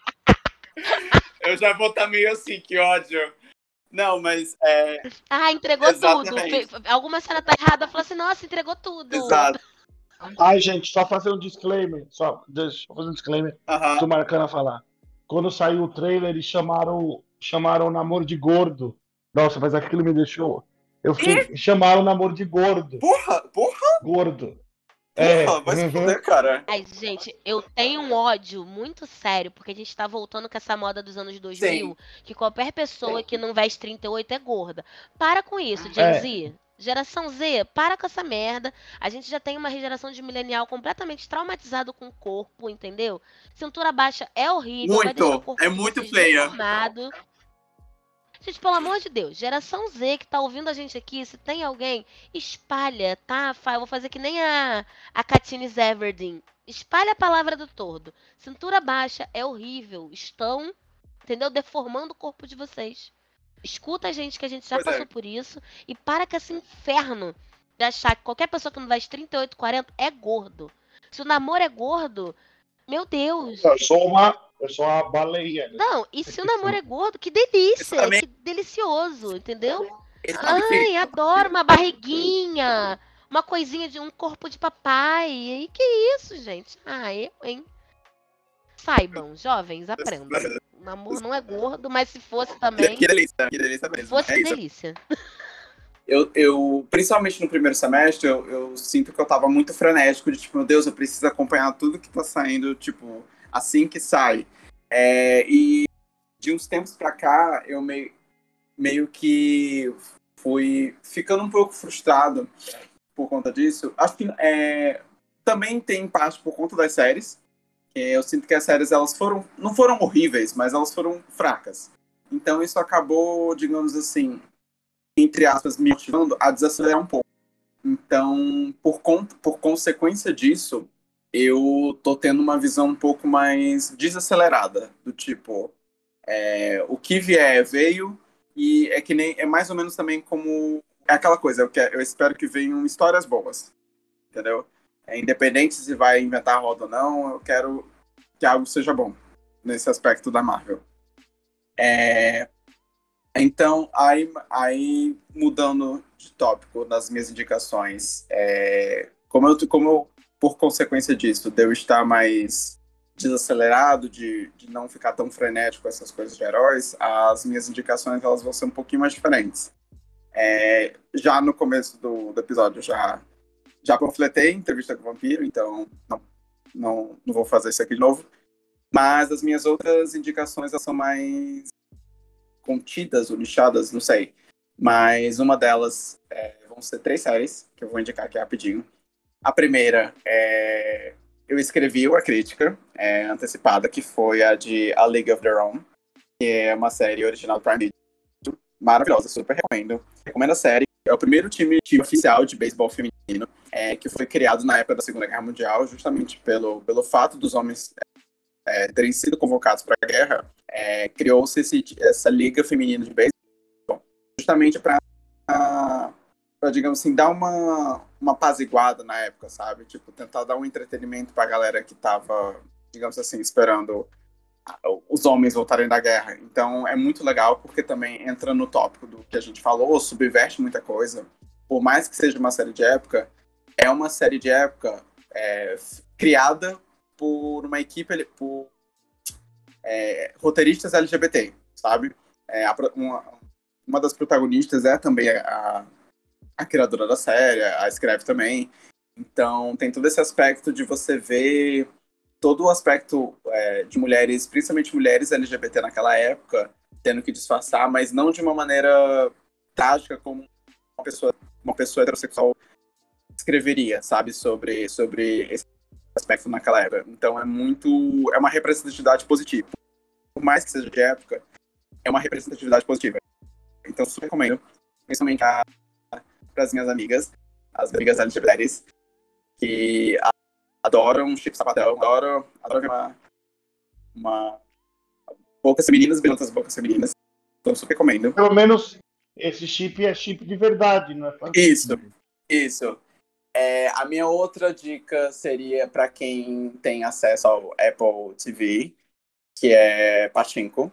Eu já vou estar meio assim, que ódio. Não, mas Entregou Exatamente. tudo. Alguma cena tá errada, fala assim, nossa, entregou tudo. Exato. Ai, gente, só fazer um disclaimer. Deixa eu fazer um disclaimer. Aham. Tô marcando a falar. Quando saiu o trailer, eles chamaram o namoro de gordo. Nossa, mas aquilo me deixou. Eu fiquei. Chamaram o namoro de gordo. Porra, Gordo. É. vai se fuder, cara. Ai, gente, eu tenho um ódio muito sério, porque a gente tá voltando com essa moda dos anos 2000, Sim. que qualquer pessoa que não veste 38 é gorda. Para com isso, Gen É. Z. Geração Z, para com essa merda. A gente já tem uma geração de millennial completamente traumatizado com o corpo, entendeu? Cintura baixa é horrível, vai deixar o Muito. corpo É de muito vocês player. deformado. Gente, pelo amor de Deus, geração Z que tá ouvindo a gente aqui, se tem alguém, espalha, tá? Eu vou fazer que nem a Katniss Everdeen. Espalha a palavra do tordo. Cintura baixa é horrível. Estão, entendeu? Deformando o corpo de vocês. Escuta a gente, que a gente já Pois é. passou por isso. E para com esse inferno de achar que qualquer pessoa que não veste 38, 40 é gordo. Se o namoro é gordo, meu Deus. Eu sou uma baleia. Não, e se o namoro é gordo, que delícia, Também- que delicioso, entendeu? Ele sabe que Ai, adoro uma barriguinha, uma coisinha de um corpo de papai. E que isso, gente? Ah, eu, hein? Saibam, jovens, aprendam. O namoro não é gordo, mas se fosse também, Que delícia mesmo. fosse É que isso. delícia. Eu, principalmente no primeiro semestre, eu sinto que eu tava muito frenético de, tipo, meu Deus, eu preciso acompanhar tudo que tá saindo, tipo, assim que sai. E de uns tempos pra cá, eu meio que fui ficando um pouco frustrado por conta disso. Acho que também tem parte por conta das séries. Eu sinto que as séries, elas não foram horríveis, mas elas foram fracas. Então isso acabou, digamos assim, entre aspas, me motivando a desacelerar um pouco. Então, por consequência disso, eu tô tendo uma visão um pouco mais desacelerada, do tipo, o que vier veio, e é que nem, é mais ou menos também como, é aquela coisa, eu espero que venham histórias boas, entendeu? Independente se vai inventar a roda ou não, eu quero que algo seja bom, nesse aspecto da Marvel. Então, aí mudando de tópico nas minhas indicações, como eu, por consequência disso, de eu estar mais desacelerado, de não ficar tão frenético com essas coisas de heróis, as minhas indicações elas vão ser um pouquinho mais diferentes. Já no começo do episódio, já panfletei entrevista com o vampiro, então não vou fazer isso aqui de novo. Mas as minhas outras indicações elas são mais contidas ou nichadas, não sei. Mas uma delas vão ser 3 séries, que eu vou indicar aqui rapidinho. A primeira eu escrevi uma crítica antecipada, que foi a de A League of Their Own, que é uma série original do Prime Video. Maravilhosa, super recomendo. Recomendo a série. É o primeiro time oficial de beisebol feminino, que foi criado na época da Segunda Guerra Mundial, justamente pelo fato dos homens terem sido convocados para a guerra. Criou-se essa liga feminina de beisebol justamente para, digamos assim, dar uma apaziguada na época, sabe? Tipo, tentar dar um entretenimento para a galera que estava, digamos assim, esperando os homens voltarem da guerra. Então é muito legal, porque também entra no tópico do que a gente falou, subverte muita coisa. Por mais que seja uma série de época, é uma série de época criada por uma equipe, por roteiristas LGBT, sabe? Uma das protagonistas é também a criadora da série, a escreve também. Então tem todo esse aspecto de você ver todo o aspecto de mulheres, principalmente mulheres LGBT naquela época, tendo que disfarçar, mas não de uma maneira trágica como uma pessoa heterossexual escreveria, sabe? Sobre esse aspecto naquela época. Então é uma representatividade positiva. Por mais que seja de época, é uma representatividade positiva. Então super recomendo, principalmente para as minhas amigas, as amigas LGBTs, que adoram chip sapatão, adoram ver uma bocas femininas beijando outras bocas femininas. Então super recomendo. Pelo menos esse chip é chip de verdade, não é fanfic. Isso. A minha outra dica seria para quem tem acesso ao Apple TV, que é Pachinko.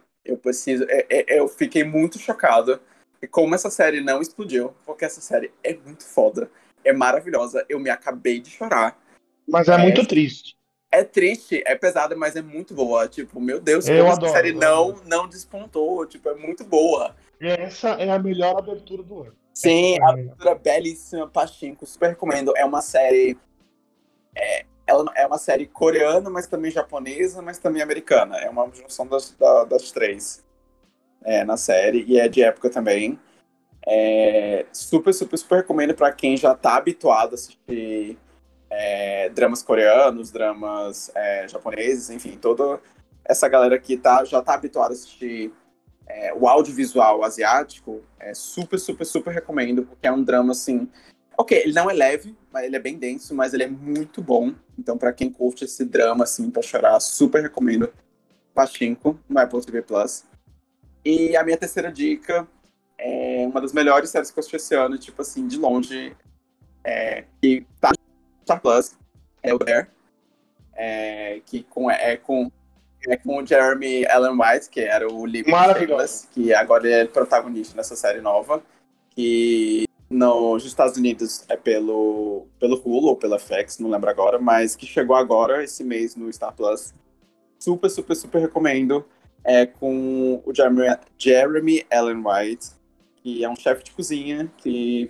Eu fiquei muito chocado e como essa série não explodiu, porque essa série é muito foda, é maravilhosa. Eu me acabei de chorar Mas é muito triste. É triste, é pesada, mas é muito boa. Tipo, meu Deus, Eu como adoro, essa série eu não, adoro. não despontou. Tipo, é muito boa. Essa é a melhor abertura do ano. Sim, Essa a é melhor. abertura belíssima, Pachinko, super recomendo. É uma série. Ela é uma série coreana, mas também japonesa, mas também americana. É uma junção das três na série, e é de época também. Super, super, super recomendo pra quem já tá habituado a assistir dramas coreanos, dramas japoneses, enfim, toda essa galera que já tá habituada a assistir o audiovisual asiático. Super, super, super recomendo, porque é um drama assim. Ok, ele não é leve, mas ele é bem denso, mas ele é muito bom. Então, pra quem curte esse drama, assim, pra chorar, super recomendo. Pachinko, no Apple TV Plus. E a minha terceira dica é uma das melhores séries que eu assisti esse ano, tipo assim, de longe, que tá no Star Plus, é o Bear, que é com o Jeremy Allen White, que era o Libby de Shameless, que agora ele é protagonista nessa série nova, que nos Estados Unidos é pelo Hulu ou pela FX, não lembro agora, mas que chegou agora, esse mês, no Star Plus. Super, super, super recomendo. É com o Jeremy Allen White, que é um chefe de cozinha, que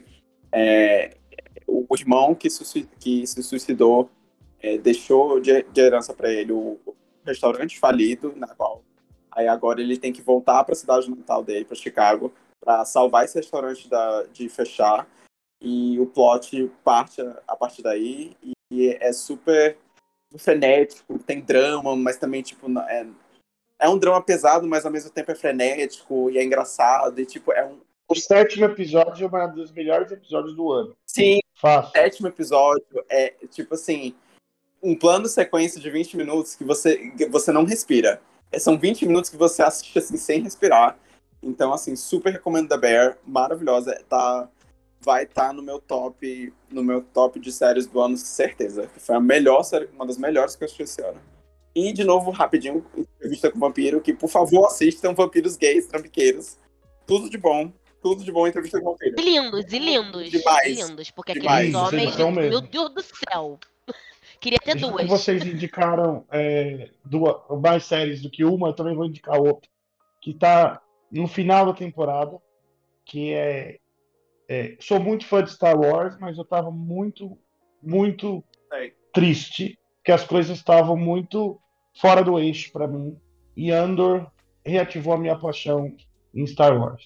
o irmão que se suicidou deixou de herança para ele o restaurante falido, na qual aí agora ele tem que voltar para a cidade natal dele, para Chicago, para salvar esse restaurante de fechar. E o plot parte a partir daí, e é super frenético, tem drama, mas também tipo é um drama pesado, mas ao mesmo tempo é frenético e é engraçado, e tipo O 7º episódio é um dos melhores episódios do ano. Sim, Fácil. o 7º episódio é tipo assim, um plano sequência de 20 minutos que você não respira. São 20 minutos que você assiste assim sem respirar. Então, assim, super recomendo The Bear, maravilhosa. Vai estar no meu top de séries do ano, certeza. Foi a melhor série, uma das melhores que eu assisti esse ano. E, de novo, rapidinho, Entrevista com o Vampiro, que, por favor, assistam Vampiros Gays, Trambiqueiros. Tudo de bom, Entrevista com o Vampiro. E lindos. Demais. E lindos, porque Demais. aqueles homens, Eles são mesmo. meu Deus do céu. Queria ter Já que duas. vocês indicaram mais séries do que uma, eu também vou indicar outra, que tá no final da temporada, que sou muito fã de Star Wars, mas eu tava muito, muito triste, que as coisas estavam muito fora do eixo para mim, e Andor reativou a minha paixão em Star Wars.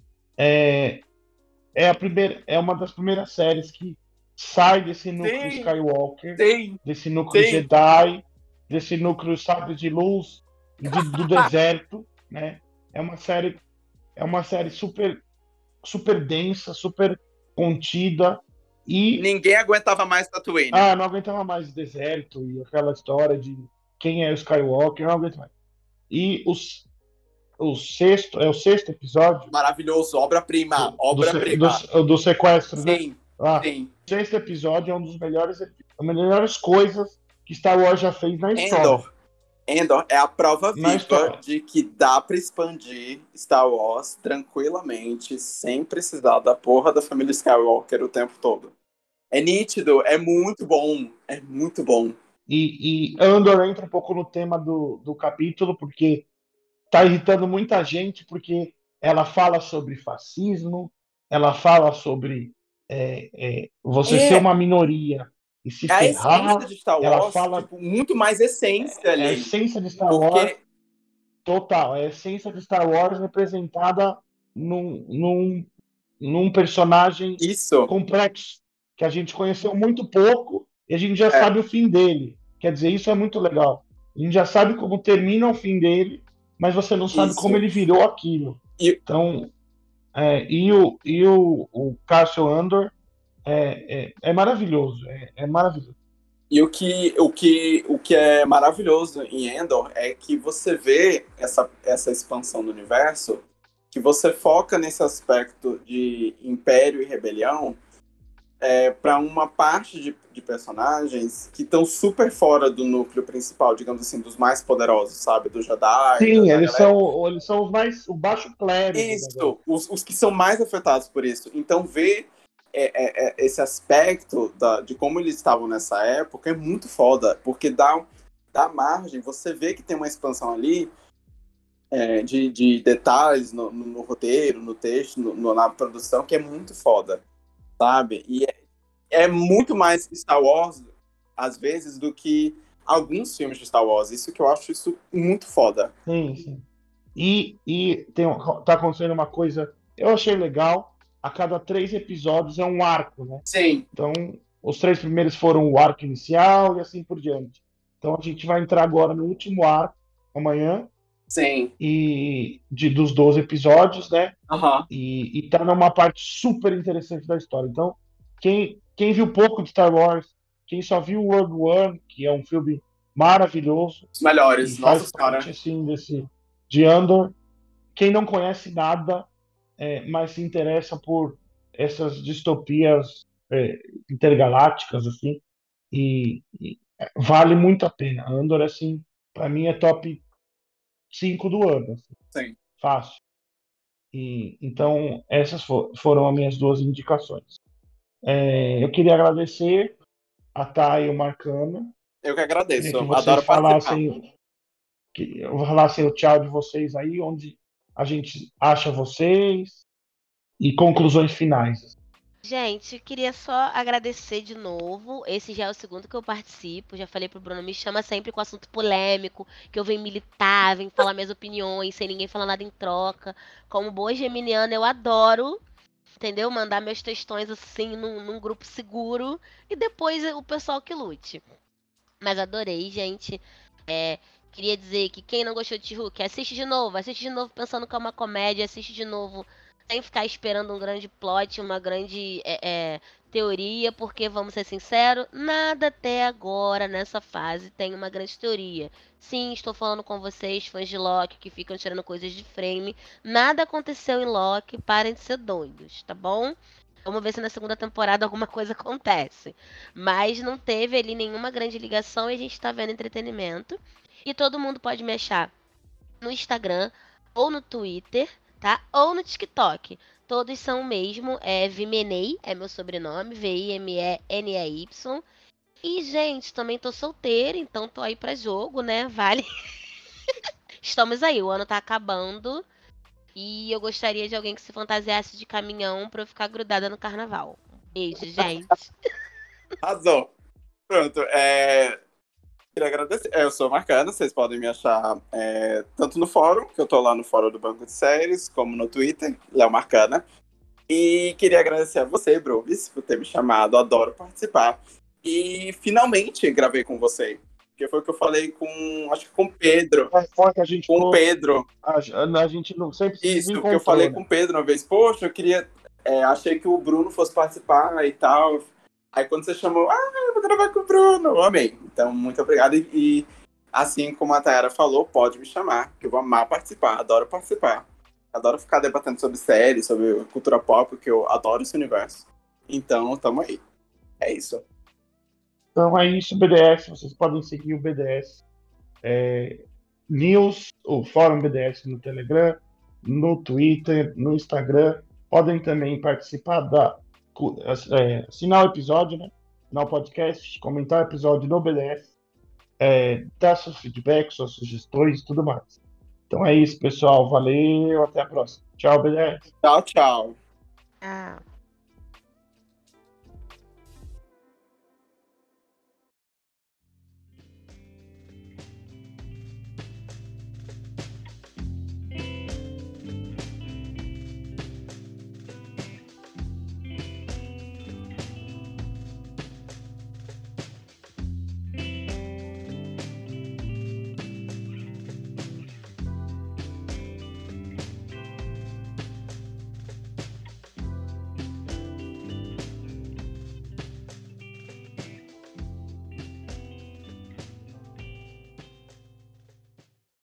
É uma das primeiras séries que sai desse núcleo Skywalker, desse núcleo Jedi, desse núcleo sabre de luz do deserto, né? É uma série super super densa, super contida e ninguém aguentava mais Tatooine. não aguentava mais o deserto e aquela história de quem é o Skywalker, não aguento mais. E o sexto episódio. Maravilhoso, obra-prima. Do sequestro, sim, né? Sim. O sexto episódio é um dos melhores coisas que Star Wars já fez na história. Endor é a prova viva de que dá pra expandir Star Wars tranquilamente, sem precisar da porra da família Skywalker o tempo todo. É nítido, é muito bom. É muito bom. E Andor entra um pouco no tema do capítulo, porque tá irritando muita gente, porque ela fala sobre fascismo, ela fala sobre você ser uma minoria e se ferrar. A essência de Star Wars, ela fala tipo, muito mais essência ali. A essência de Star Wars, total. A essência de Star Wars representada num personagem complexo, que a gente conheceu muito pouco e a gente já sabe o fim dele. Quer dizer, isso é muito legal. A gente já sabe como termina o fim dele, mas você não sabe como ele virou aquilo. Então, o Cassian Andor é maravilhoso. É maravilhoso. E o que é maravilhoso em Endor é que você vê essa expansão do universo, que você foca nesse aspecto de império e rebelião para uma parte de personagens que estão super fora do núcleo principal, digamos assim, dos mais poderosos, sabe? Do Jedi. Sim, eles são o baixo clero. Isso, os que são mais afetados por isso. Então, ver esse aspecto de como eles estavam nessa época é muito foda, porque dá margem, você vê que tem uma expansão ali de detalhes no roteiro, no texto, na produção, que é muito foda, sabe? E é muito mais Star Wars, às vezes, do que alguns filmes de Star Wars. Isso que eu acho isso muito foda. Sim, sim. E tá acontecendo uma coisa, eu achei legal, a cada 3 episódios é um arco, né? Sim. Então, os 3 primeiros foram o arco inicial e assim por diante. Então, a gente vai entrar agora no último arco, amanhã, Sim. Dos 12 episódios, né? Uhum. E tá numa parte super interessante da história. Então, quem viu pouco de Star Wars, quem só viu Rogue One, que é um filme maravilhoso, Os melhores, e faz nossa parte cara. assim de Andor, quem não conhece nada, mas se interessa por essas distopias intergalácticas assim, e vale muito a pena. Andor, assim, para mim é top 5 do ano, assim, Sim. fácil. Então essas foram as minhas 2 indicações. Eu queria agradecer a Thay e o Marcano. Eu que Queria agradeço, que vocês adoro participar. falassem o tchau de vocês aí, onde a gente acha vocês e conclusões finais. Gente, queria só agradecer de novo. Esse já é o segundo que eu participo. Já falei pro Bruno, me chama sempre com assunto polêmico, que eu venho militar, venho falar minhas opiniões, sem ninguém falar nada em troca. Como boa geminiana, eu adoro, entendeu? Mandar meus textões assim num grupo seguro e depois o pessoal que lute. Mas adorei, gente. Queria dizer que quem não gostou de She-Hulk, assiste de novo pensando que é uma comédia, assiste de novo sem ficar esperando um grande plot, uma grande teoria, porque, vamos ser sinceros, nada até agora, nessa fase, tem uma grande teoria. Sim, estou falando com vocês, fãs de Loki, que ficam tirando coisas de frame. Nada aconteceu em Loki, parem de ser doidos, tá bom? Vamos ver se na segunda temporada alguma coisa acontece. Mas não teve ali nenhuma grande ligação e a gente tá vendo entretenimento. E todo mundo pode me achar no Instagram ou no Twitter, tá? Ou no TikTok. Todos são o mesmo. Vimenei é meu sobrenome. Vimeney. E, gente, também tô solteira, então tô aí pra jogo, né? Vale. Estamos aí, o ano tá acabando. E eu gostaria de alguém que se fantasiasse de caminhão pra eu ficar grudada no carnaval. Beijo, gente. Arrasou. Pronto, queria agradecer. Eu sou Marcana, vocês podem me achar tanto no fórum, que eu tô lá no fórum do Banco de Séries, como no Twitter, Léo Marcana. E queria agradecer a você, Brovis, por ter me chamado, adoro participar. E finalmente gravei com você, que foi o que eu falei acho que com o Pedro. Que a gente Com o Pedro. A gente não sempre se Isso, encontrou, que eu falei né? com o Pedro uma vez, poxa, eu queria. Achei que o Bruno fosse participar e tal. Aí quando você chamou, eu vou gravar com o Bruno, eu amei. Então, muito obrigado. E assim como a Tayara falou, pode me chamar, que eu vou amar participar, adoro participar. Adoro ficar debatendo sobre séries, sobre cultura pop, que eu adoro esse universo. Então, tamo aí. É isso. Então é isso, BDS. Vocês podem seguir o BDS News, o Fórum BDS no Telegram, no Twitter, no Instagram. Podem também participar assinar o episódio, né? Assinar o podcast, comentar o episódio no BDS, dar seus feedbacks, suas sugestões e tudo mais. Então é isso, pessoal. Valeu, até a próxima. Tchau, BDS. Tchau, tchau. Ah.